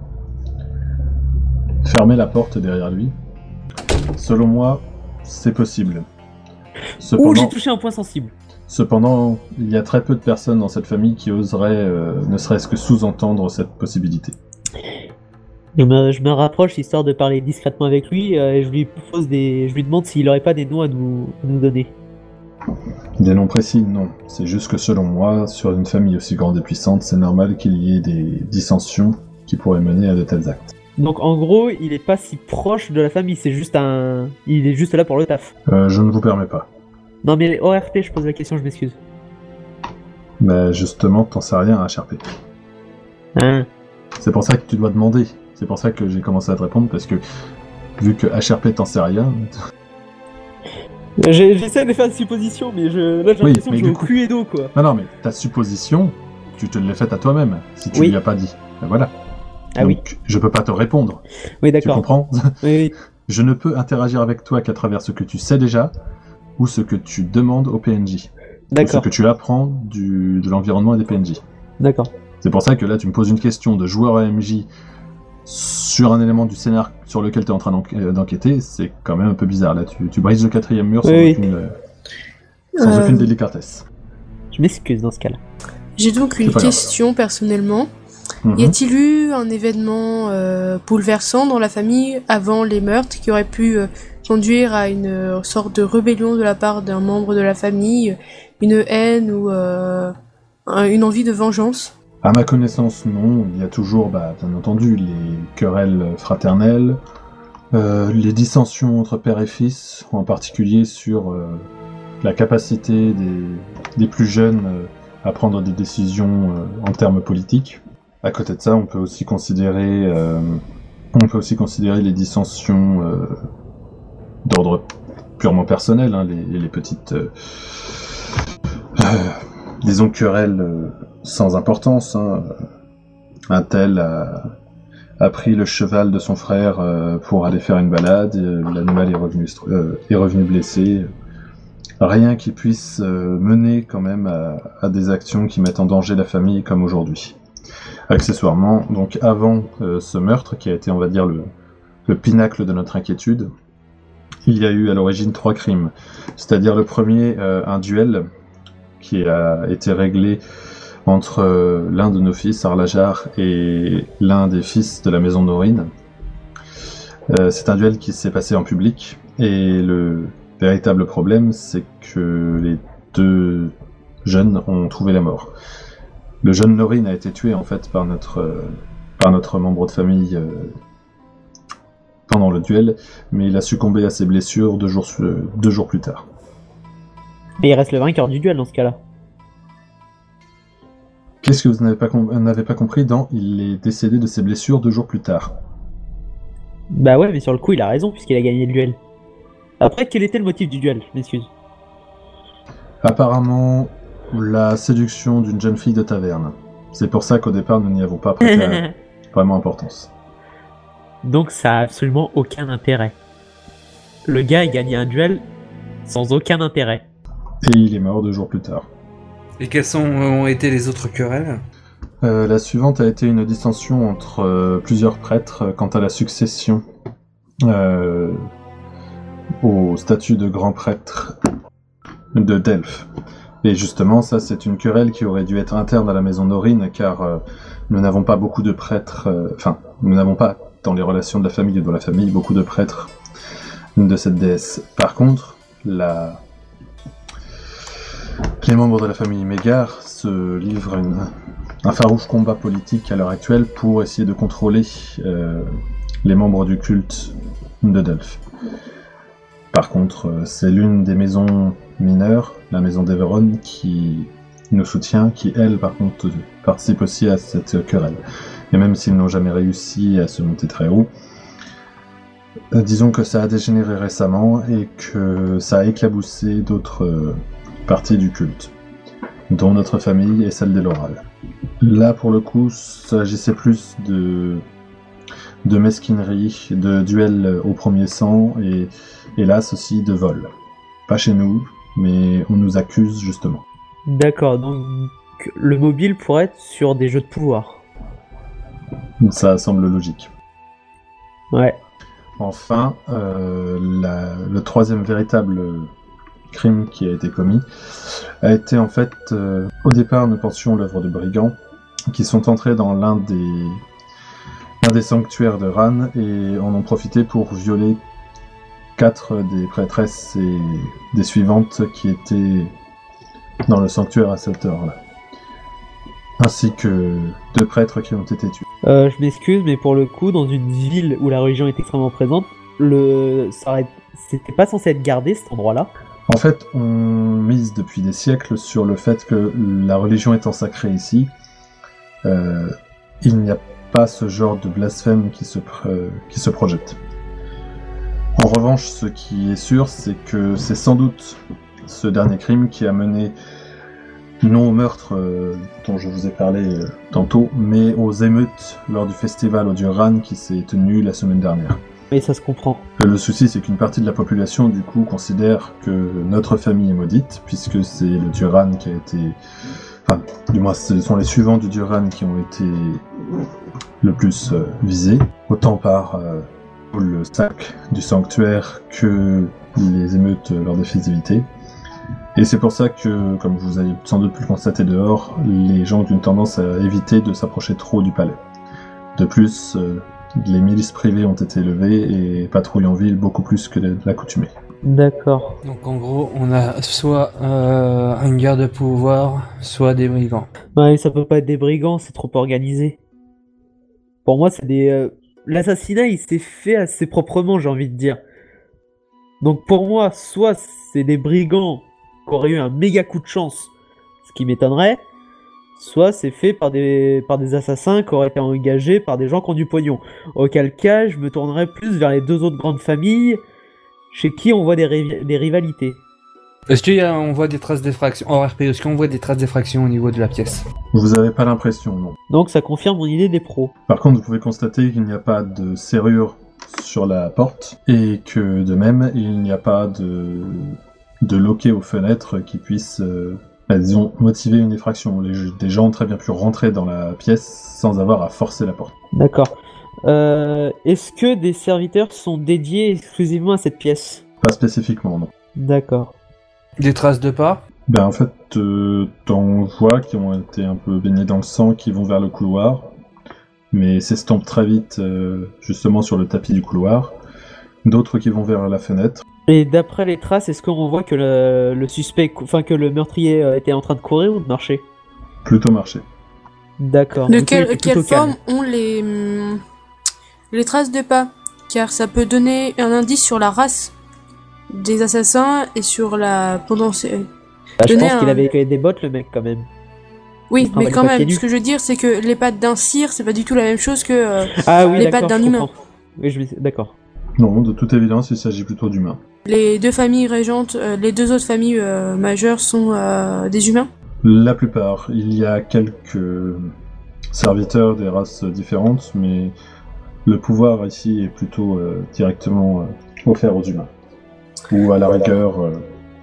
fermer la porte derrière lui. Selon moi, c'est possible. Ouh, Cependant, j'ai touché un point sensible. cependant, il y a très peu de personnes dans cette famille qui oseraient euh, ne serait-ce que sous-entendre cette possibilité. Je me, je me rapproche histoire de parler discrètement avec lui euh, et je lui pose des, je lui demande s'il aurait pas des noms à nous, à nous donner. Des noms précis, non. C'est juste que selon moi, sur une famille aussi grande et puissante, c'est normal qu'il y ait des dissensions qui pourraient mener à de tels actes. Donc en gros, il est pas si proche de la famille, c'est juste un, il est juste là pour le taf. Euh, je ne vous permets pas. Non mais O R P, je pose la question, je m'excuse. Mais justement, t'en sais rien à H R P. Hein. C'est pour ça que tu dois demander. C'est pour ça que j'ai commencé à te répondre, parce que vu que H R P t'en sait rien... J'ai- J'essaie de faire des suppositions, mais je, là j'ai Oui, l'impression mais que je du vais au coup- Cluedo quoi. Non, non, mais ta supposition, tu te l'as faite à toi-même, si tu Oui. lui as pas dit. Ben voilà. Ah oui, Donc, je peux pas te répondre. oui Tu d'accord. comprends? Oui, oui. Je ne peux interagir avec toi qu'à travers ce que tu sais déjà, ou ce que tu demandes au P N J. Ou ce D'accord, que tu apprends du, de l'environnement et des P N J. d'accord. C'est pour ça que là, tu me poses une question de joueur A M J sur un élément du scénar sur lequel tu es en train d'enqu- euh, d'enquêter, c'est quand même un peu bizarre. Là, tu, tu brises le quatrième mur sans, Oui, oui. aucune, euh, sans Euh, aucune délicatesse. Je m'excuse dans ce cas-là. J'ai donc une C'est pas grave. question personnellement. Mhm. Y a-t-il eu un événement euh, bouleversant dans la famille avant les meurtres qui aurait pu euh, conduire à une euh, sorte de rébellion de la part d'un membre de la famille, une haine ou euh, un- une envie de vengeance? À ma connaissance, non. Il y a toujours, bah, bien entendu, les querelles fraternelles, euh, les dissensions entre père et fils, en particulier sur euh, la capacité des, des plus jeunes euh, à prendre des décisions euh, en termes politiques. À côté de ça, on peut aussi considérer, euh, on peut aussi considérer les dissensions euh, d'ordre purement personnel, hein, les, les petites, euh, euh, disons querelles euh, sans importance. Hein. Un tel a, a pris le cheval de son frère euh, pour aller faire une balade, et, euh, l'animal est revenu, str- euh, est revenu blessé. Rien qui puisse euh, mener quand même à, à des actions qui mettent en danger la famille comme aujourd'hui. Accessoirement, donc avant euh, ce meurtre, qui a été, on va dire, le, le pinacle de notre inquiétude, il y a eu à l'origine trois crimes. C'est-à-dire le premier, euh, un duel qui a été réglé entre euh, l'un de nos fils, Arlajar, et l'un des fils de la maison Norine. Euh, c'est un duel qui s'est passé en public, et le véritable problème, c'est que les deux jeunes ont trouvé la mort. Le jeune Norine a été tué en fait par notre, euh, par notre membre de famille euh, pendant le duel, mais il a succombé à ses blessures deux jours, euh, deux jours plus tard. Mais il reste le vainqueur du duel dans ce cas-là. Qu'est-ce que vous n'avez pas, com- n'avez pas compris dans il est décédé de ses blessures deux jours plus tard? Bah ouais, mais sur le coup, il a raison puisqu'il a gagné le duel. Après, quel était le motif du duel? Je m'excuse. Apparemment, la séduction d'une jeune fille de taverne. C'est pour ça qu'au départ, nous n'y avons pas prêté vraiment importance. Donc ça a absolument aucun intérêt. Le gars a gagné un duel sans aucun intérêt. Et il est mort deux jours plus tard. Et quelles sont, ont été les autres querelles? Euh, la suivante a été une dissension entre euh, plusieurs prêtres quant à la succession euh, au statut de grand prêtre de Delphes. Et justement, ça c'est une querelle qui aurait dû être interne à la maison Norine, car euh, nous n'avons pas beaucoup de prêtres, enfin, euh, nous n'avons pas dans les relations de la famille ou dans la famille beaucoup de prêtres de cette déesse. Par contre, la... les membres de la famille Mégare se livrent une... un farouche combat politique à l'heure actuelle pour essayer de contrôler euh, les membres du culte de Delphes. Par contre, euh, c'est l'une des maisons mineures, la maison d'Everon, qui nous soutient, qui elle, par contre, participe aussi à cette querelle. Et même s'ils n'ont jamais réussi à se monter très haut, euh, disons que ça a dégénéré récemment et que ça a éclaboussé d'autres euh, parties du culte, dont notre famille et celle des Loral. Là, pour le coup, il s'agissait plus de, de mesquinerie, de duel au premier sang, et hélas aussi de vol. Pas chez nous, mais on nous accuse justement. D'accord, donc le mobile pourrait être sur des jeux de pouvoir. Ça semble logique. Ouais. Enfin, euh, la, le troisième véritable crime qui a été commis a été en fait, euh, au départ nous pensions l'œuvre de brigands qui sont entrés dans l'un des, l'un des sanctuaires de Ran et en ont profité pour violer quatre des prêtresses et des suivantes qui étaient dans le sanctuaire à cette heure-là, ainsi que deux prêtres qui ont été tués. Euh, je m'excuse, mais pour le coup, dans une ville où la religion est extrêmement présente, le... ça aurait... c'était pas censé être gardé cet endroit-là. En fait, on mise depuis des siècles sur le fait que la religion étant sacrée ici, euh, il n'y a pas ce genre de blasphème qui se, pr- qui se projette. En revanche, ce qui est sûr, c'est que c'est sans doute ce dernier crime qui a mené non au meurtre euh, dont je vous ai parlé euh, tantôt, mais aux émeutes lors du festival au Duran qui s'est tenu la semaine dernière. Et ça se comprend. Le souci, c'est qu'une partie de la population, du coup, considère que notre famille est maudite, puisque c'est le Duran qui a été... Enfin, du moins, ce sont les suivants du Duran qui ont été le plus euh, visés, autant par euh, le sac du sanctuaire que les émeutes lors des festivités. Et c'est pour ça que, comme vous avez sans doute pu le constater dehors, les gens ont une tendance à éviter de s'approcher trop du palais. De plus, euh, les milices privées ont été levées et patrouillent en ville beaucoup plus que l'accoutumée. D'accord. Donc en gros, on a soit euh, un garde de pouvoir, soit des brigands. Ouais, ça peut pas être des brigands, c'est trop organisé. Pour moi, c'est des... Euh... L'assassinat, il s'est fait assez proprement, j'ai envie de dire. Donc pour moi, soit c'est des brigands qui auraient eu un méga coup de chance, ce qui m'étonnerait, soit c'est fait par des, par des assassins qui auraient été engagés par des gens qui ont du pognon. Auquel cas, je me tournerais plus vers les deux autres grandes familles, chez qui on voit des, riv- des rivalités. Est-ce qu'on voit des traces d'effraction en R P? Est-ce qu'on voit des traces d'effraction au niveau de la pièce? Vous avez pas l'impression, non. Donc ça confirme mon idée des pros. Par contre, vous pouvez constater qu'il n'y a pas de serrure sur la porte, et que de même, il n'y a pas de, de loquet aux fenêtres qui puisse, euh, bah, disons, motiver une effraction. Les, des gens ont très bien pu rentrer dans la pièce sans avoir à forcer la porte. D'accord. Euh, est-ce que des serviteurs sont dédiés exclusivement à cette pièce? Pas spécifiquement, non. D'accord. Des traces de pas? Ben en fait, euh, t'en vois qui ont été un peu baignés dans le sang, qui vont vers le couloir, mais s'estompent très vite euh, justement sur le tapis du couloir. D'autres qui vont vers la fenêtre. Et d'après les traces, est-ce qu'on voit que le, le suspect, enfin que le meurtrier euh, était en train de courir ou de marcher? Plutôt marcher. D'accord. De Donc, oui, quelle, c'est quelle plutôt calme. forme ont les, hum, les traces de pas? Car ça peut donner un indice sur la race des assassins et sur la pendance. Bah, je donner pense qu'il un- avait que des bottes, le mec, quand même. Oui, Ah, mais bah, quand les papiers même, nus. ce que je veux dire, c'est que les pattes d'un cire, c'est pas du tout la même chose que euh, Ah oui, les d'accord, pattes d'un je humain. comprends. Oui, je vais... D'accord. Non, de toute évidence, il s'agit plutôt d'humains. Les deux familles régentes, euh, les deux autres familles euh, majeures sont euh, des humains. La plupart. Il y a quelques serviteurs des races différentes, mais le pouvoir ici est plutôt euh, directement euh, offert aux humains. Ou à la rigueur, euh,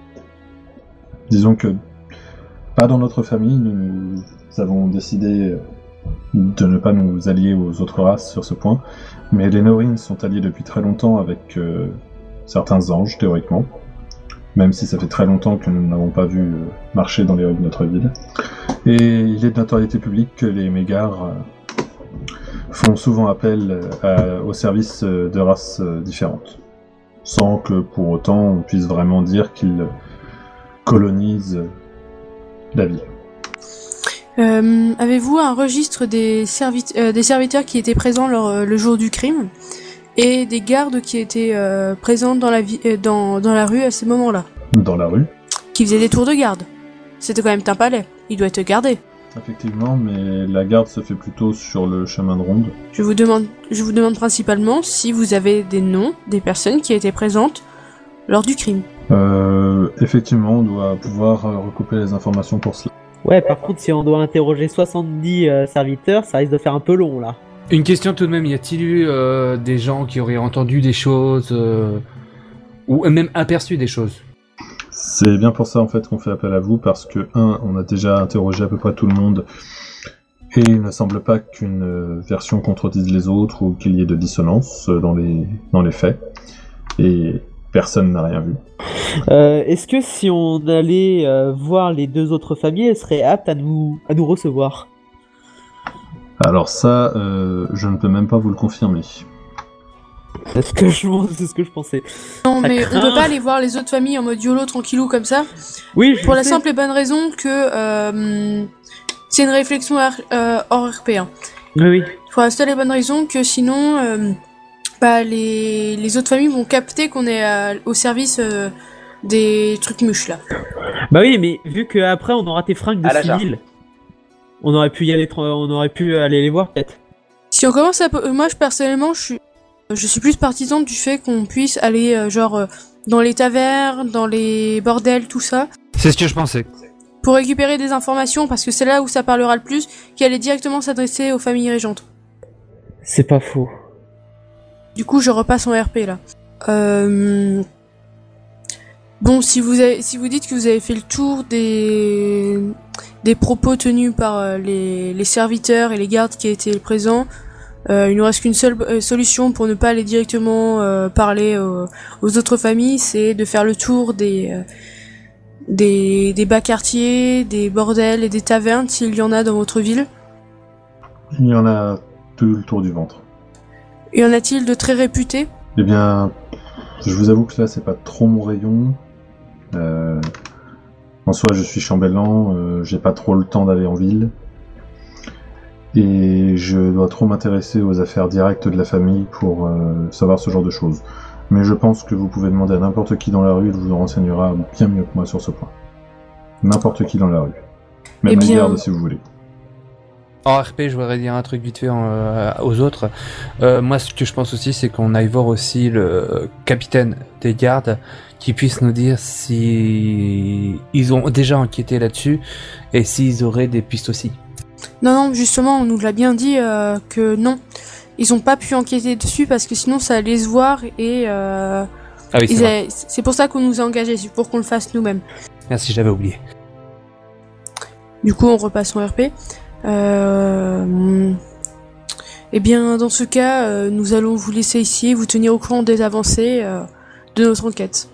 disons que pas dans notre famille, nous avons décidé euh, de ne pas nous allier aux autres races sur ce point, mais les Norins sont alliés depuis très longtemps avec euh, certains anges, théoriquement, même si ça fait très longtemps que nous n'avons pas vu euh, marcher dans les rues de notre ville. Et il est de notoriété publique que les Mégars euh, font souvent appel euh, à- aux services euh, de races euh, différentes, sans que pour autant on puisse vraiment dire qu'ils colonisent euh, la ville. Euh, Avez-vous un registre des, servit- euh, des serviteurs qui étaient présents lors, euh, le jour du crime et des gardes qui étaient euh, présents dans la, vi- euh, dans, dans la rue à ces moments-là, Dans la rue, qui faisaient des tours de garde? C'était quand même un palais, il doit être gardé. effectivement, mais la garde se fait plutôt sur le chemin de ronde. Je vous demande, je vous demande principalement si vous avez des noms des personnes qui étaient présentes lors du crime. Euh, effectivement, on doit pouvoir euh, recouper les informations pour cela. Ouais, par contre, si on doit interroger soixante-dix euh, serviteurs, ça risque de faire un peu long, là. Une question tout de même, y a-t-il eu euh, des gens qui auraient entendu des choses euh, ou même aperçu des choses? C'est bien pour ça en fait qu'on fait appel à vous, parce que, un, on a déjà interrogé à peu près tout le monde, et il ne semble pas qu'une euh, version contredise les autres, ou qu'il y ait de dissonance euh, dans les, dans les faits, et personne n'a rien vu. Euh, Est-ce que si on allait euh, voir les deux autres familles, elles seraient aptes à nous, à nous recevoir? Alors ça, euh, je ne peux même pas vous le confirmer. C'est ce que je, c'est ce que je pensais. Non, Ça mais craint. on peut pas aller voir les autres familles en mode YOLO tranquillou comme ça, Oui, je pour la sais. simple et bonne raison que euh, c'est une réflexion R- euh, hors R P. Hein. Oui, oui. Pour la seule et bonne raison que sinon, euh, bah, les, les autres familles vont capter qu'on est à- au service euh, des trucs mûches là. Bah oui, mais vu qu'après on aura tes fringues de À la jarre. civil, on aurait pu y aller, tra- on aurait pu aller les voir peut-être. Si on commence à... po- Moi, je, personnellement, je suis, je suis plus partisane du fait qu'on puisse aller, euh, genre, euh, dans les tavernes, dans les bordels, tout ça, C'est ce que je pensais. pour récupérer des informations, parce que c'est là où ça parlera le plus, qu'aller directement s'adresser aux familles régentes. C'est pas faux. Du coup, je repasse en R P, là. Euh... Bon, si vous, avez, si vous dites que vous avez fait le tour des, des propos tenus par euh, les, les serviteurs et les gardes qui étaient présents, euh, il nous reste qu'une seule euh, solution pour ne pas aller directement euh, parler aux, aux autres familles, c'est de faire le tour des, euh, des, des bas quartiers, des bordels et des tavernes, s'il y en a dans votre ville. Il y en a tout le tour du ventre. Y en a-t-il de très réputés? Eh bien, je vous avoue que là, c'est pas trop mon rayon. Euh, en soi, je suis chambellan, euh, j'ai pas trop le temps d'aller en ville. Et je dois trop m'intéresser aux affaires directes de la famille pour euh, savoir ce genre de choses. Mais je pense que vous pouvez demander à n'importe qui dans la rue, il vous renseignera bien mieux que moi sur ce point. N'importe qui dans la rue. Même Eh la bien- garde, si vous voulez. En R P, je voudrais dire un truc vite fait euh, aux autres. Euh, moi, ce que je pense aussi, c'est qu'on aille voir aussi le capitaine des gardes, qui puisse nous dire si ils ont déjà enquêté là-dessus et s'ils auraient des pistes aussi. Non, non, justement, on nous l'a bien dit euh, que non. Ils ont pas pu enquêter dessus parce que sinon ça allait se voir et euh, Ah oui, c'est ils vrai. avaient- c'est pour ça qu'on nous a engagés, c'est pour qu'on le fasse nous-mêmes. Merci, j'avais oublié. Du coup, on repasse en R P. Euh... Eh bien, dans ce cas, euh, nous allons vous laisser ici et vous tenir au courant des avancées euh, de notre enquête.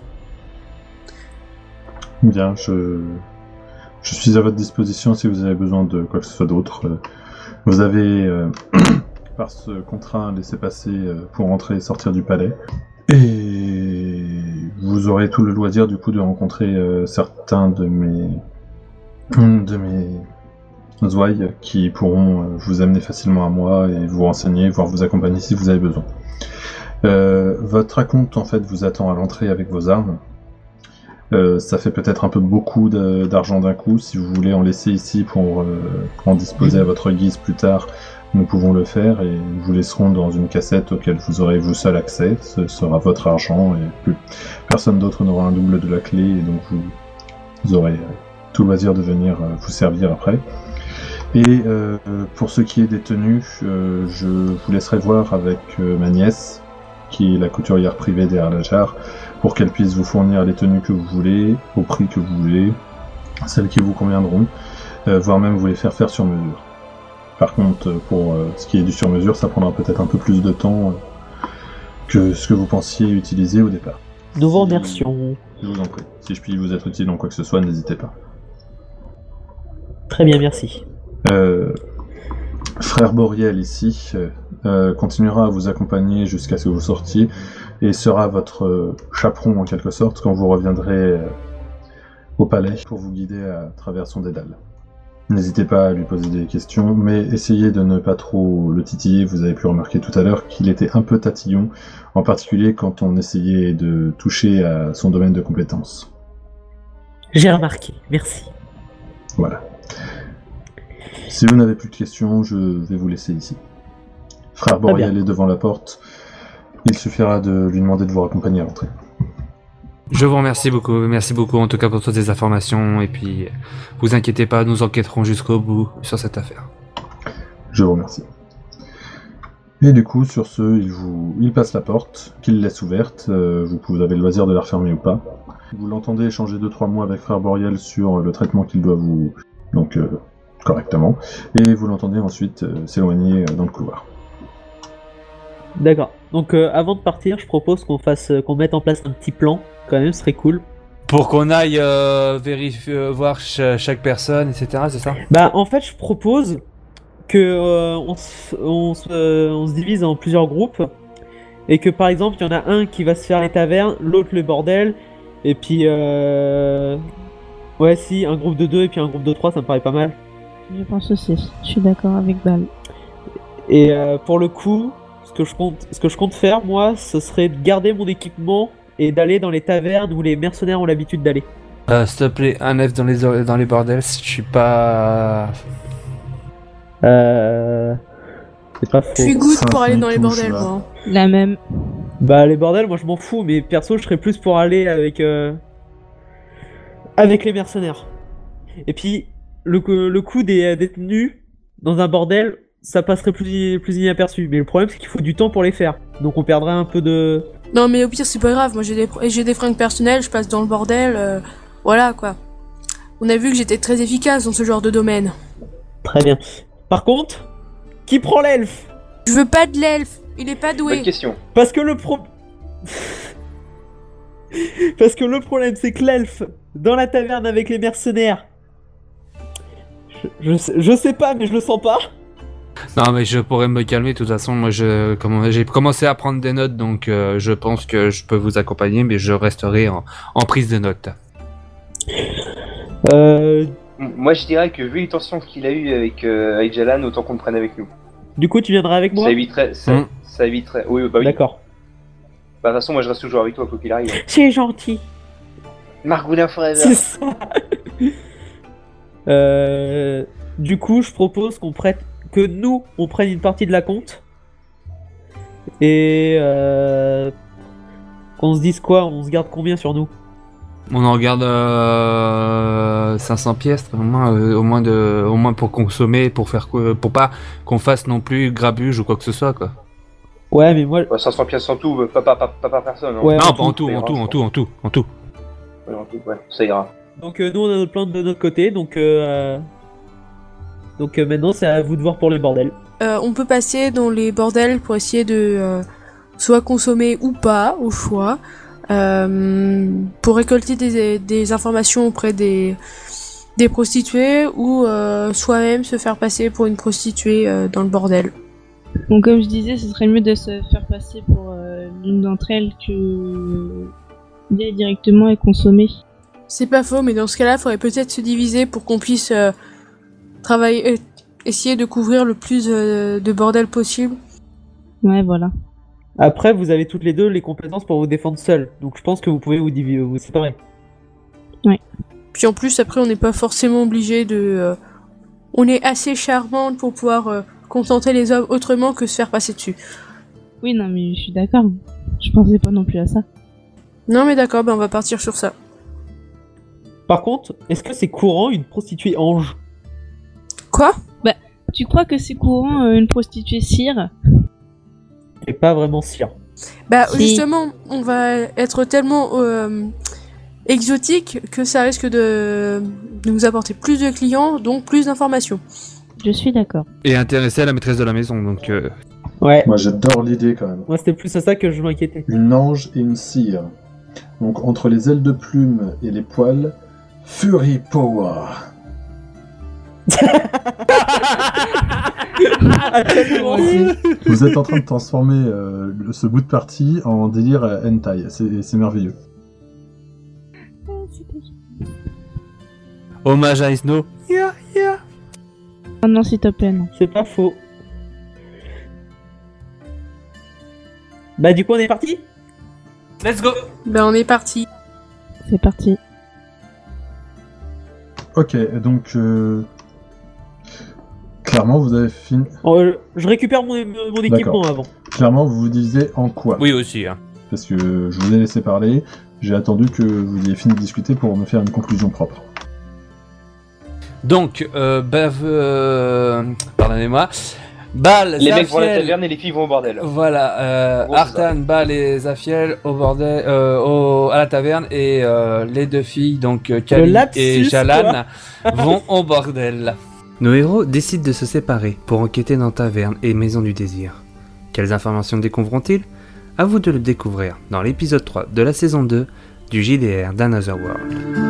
Bien, je... je suis à votre disposition si vous avez besoin de quoi que ce soit d'autre. Euh, Vous avez, euh, par ce contrat, un laissez-passer euh, pour entrer et sortir du palais. Et vous aurez tout le loisir, du coup, de rencontrer euh, certains de mes... de mes Zwei qui pourront euh, vous amener facilement à moi et vous renseigner, voire vous accompagner si vous avez besoin. Euh, votre acompte en fait vous attend à l'entrée avec vos armes. Euh, ça fait peut-être un peu beaucoup de, d'argent d'un coup. Si vous voulez en laisser ici pour, euh, pour en disposer à votre guise plus tard, nous pouvons le faire et nous vous laisserons dans une cassette auquel vous aurez vous seul accès. Ce sera votre argent et plus personne d'autre n'aura un double de la clé et donc vous, vous aurez euh, tout loisir de venir euh, vous servir après. Et euh, pour ce qui est des tenues, euh, je vous laisserai voir avec euh, ma nièce, qui est la couturière privée derrière la jarre, pour qu'elle puisse vous fournir les tenues que vous voulez, au prix que vous voulez, celles qui vous conviendront, euh, voire même vous les faire faire sur mesure. Par contre, pour euh, ce qui est du sur mesure, ça prendra peut-être un peu plus de temps euh, que ce que vous pensiez utiliser au départ. Nous vous remercions. Je vous en prie. Si je puis vous être utile en quoi que ce soit, n'hésitez pas. Très bien, merci. Euh, Frère Boriel ici euh, continuera à vous accompagner jusqu'à ce que vous sortiez et sera votre euh, chaperon en quelque sorte quand vous reviendrez euh, au palais pour vous guider à travers son dédale. N'hésitez pas à lui poser des questions, mais essayez de ne pas trop le titiller. Vous avez pu remarquer tout à l'heure qu'il était un peu tatillon, en particulier quand on essayait de toucher à son domaine de compétences. J'ai remarqué, merci. Voilà. Si vous n'avez plus de questions, je vais vous laisser ici. Frère Boriel est devant la porte. Il suffira de lui demander de vous accompagner à l'entrée. Je vous remercie beaucoup, merci beaucoup en tout cas pour toutes ces informations, et puis vous inquiétez pas, nous enquêterons jusqu'au bout sur cette affaire. Je vous remercie. Et du coup, sur ce, il vous, il passe la porte, qu'il laisse ouverte, euh, vous, vous avez le loisir de la refermer ou pas. Vous l'entendez échanger deux trois mots avec Frère Boriel sur le traitement qu'il doit vous... donc euh, correctement, et vous l'entendez ensuite euh, s'éloigner euh, dans le couloir. D'accord. Donc euh, avant de partir, je propose qu'on fasse, euh, qu'on mette en place un petit plan, quand même, ce serait cool. Pour qu'on aille euh, vérifier, euh, voir ch- chaque personne, et cetera, c'est ça? Bah en fait, je propose que euh, on, se, on, se, euh, on se divise en plusieurs groupes, et que par exemple, il y en a un qui va se faire les tavernes, l'autre le bordel, et puis... Euh... Ouais, si, un groupe de deux et puis un groupe de trois, ça me paraît pas mal. Je pense aussi, je suis d'accord avec Bal. Et euh, pour le coup, ce que je compte, ce que je compte faire, moi, ce serait de garder mon équipement et d'aller dans les tavernes où les mercenaires ont l'habitude d'aller. Euh, s'il te plaît, un F dans les, dans les bordels, je suis pas... Euh... C'est pas faux. Je suis good pour Ça, aller ça dans les touche, bordels, là. moi. La même. Bah les bordels, moi je m'en fous, mais perso, je serais plus pour aller avec... Euh... avec les mercenaires. Et puis, le, le coup des détenus dans un bordel, ça passerait plus, plus inaperçu. Mais le problème, c'est qu'il faut du temps pour les faire. Donc on perdrait un peu de... Non, mais au pire, c'est pas grave. Moi, j'ai des, j'ai des fringues personnelles, je passe dans le bordel. euh, Voilà, quoi. On a vu que j'étais très efficace dans ce genre de domaine. Très bien. Par contre, qui prend l'elfe? Je veux pas de l'elfe. Il est pas doué. Bonne question. Parce que le pro... Parce que le problème, c'est que l'elfe, dans la taverne avec les mercenaires... Je, je, sais, je sais pas, mais je le sens pas. Non, mais je pourrais me calmer, de toute façon, moi je, comment, j'ai commencé à prendre des notes, donc euh, je pense que je peux vous accompagner, mais je resterai en, en prise de notes. Euh... Moi, je dirais que vu les tensions qu'il a eues avec, euh, avec Jalan, autant qu'on le prenne avec nous. Du coup, tu viendras avec moi? Ça éviterait... Ça, Mm. ça éviterait... Oui, bah oui. D'accord. Bah, de toute façon, moi, je reste toujours avec toi, quoi qu'il arrive. C'est gentil. Margoulin Forever. C'est ça. euh... Du coup, je propose qu'on prête... que nous, on prenne une partie de la compte. Et... Euh... Qu'on se dise quoi? On se garde combien sur nous? On en regarde euh, cinq cents pièces, au moins, euh, au moins de, au moins pour consommer, pour faire quoi, pour pas qu'on fasse non plus grabuge ou quoi que ce soit, quoi. Ouais, mais moi... Ouais, cinq cents pièces en tout, pas, pas, pas, pas par personne. Hein. Ouais, non, en pas en tout, tout, en tout, en tout, en tout, en tout. Ouais, en tout, ouais, ça ira. Donc euh, nous, on a notre plan de notre côté, donc... Euh... Donc euh, maintenant, c'est à vous de voir pour le bordel. Euh, on peut passer dans les bordels pour essayer de euh, soit consommer ou pas, au choix, euh, pour récolter des, des informations auprès des, des prostituées ou euh, soi-même se faire passer pour une prostituée euh, dans le bordel. Donc comme je disais, ce serait mieux de se faire passer pour euh, l'une d'entre elles que d'aller directement et consommer. C'est pas faux, mais dans ce cas-là, il faudrait peut-être se diviser pour qu'on puisse euh, travailler, euh, essayer de couvrir le plus euh, de bordel possible. Ouais, voilà. Après, vous avez toutes les deux les compétences pour vous défendre seuls, donc je pense que vous pouvez vous, divi- vous séparer. Puis en plus, après, on n'est pas forcément obligé de... euh, on est assez charmante pour pouvoir euh, contenter les hommes autrement que se faire passer dessus. Oui, non, mais je suis d'accord. Je pensais pas non plus à ça. Non mais d'accord, ben on va partir sur ça. Par contre, est-ce que c'est courant une prostituée ange? Quoi? Tu crois que c'est courant euh, une prostituée cire? Et pas vraiment sien. Bah Si. justement, on va être tellement euh, exotique que ça risque de, de nous apporter plus de clients, donc plus d'informations. Je suis d'accord. Et intéresser à la maîtresse de la maison, donc... euh, Ouais, Moi j'adore l'idée quand même. moi c'était plus à ça que je m'inquiétais. Une ange et une cire. Donc entre les ailes de plume et les poils, Fury Power. Ah, tellement aussi. Vous êtes en train de transformer euh, le- ce bout de partie en délire euh, hentai. C'est c'est merveilleux. Hommage à Isno. Yeah, yeah. Oh non, s'il te plaît, non. C'est pas faux. Bah du coup on est parti. Let's go. Ben on est parti. C'est parti. Ok, donc euh, clairement vous avez fini. Euh, je récupère mon, mon équipement avant. Clairement vous vous divisez en quoi? Oui aussi, hein. Parce que je vous ai laissé parler. J'ai attendu que vous ayez fini de discuter pour me faire une conclusion propre. Donc, euh, bah, euh, pardonnez-moi. Bal, Les mecs vont à la Zafiel, taverne et les filles vont au bordel. voilà, euh, Gros, c'est Artan, Bal et Zafiel au bordel, euh, au, à la taverne et euh, les deux filles, donc euh, Kali lapsus, et Jalan, vont au bordel. Nos héros décident de se séparer pour enquêter dans taverne et maison du désir. Quelles informations découvriront-ils? À vous de le découvrir dans l'épisode trois de la saison deux du J D R d'Another World.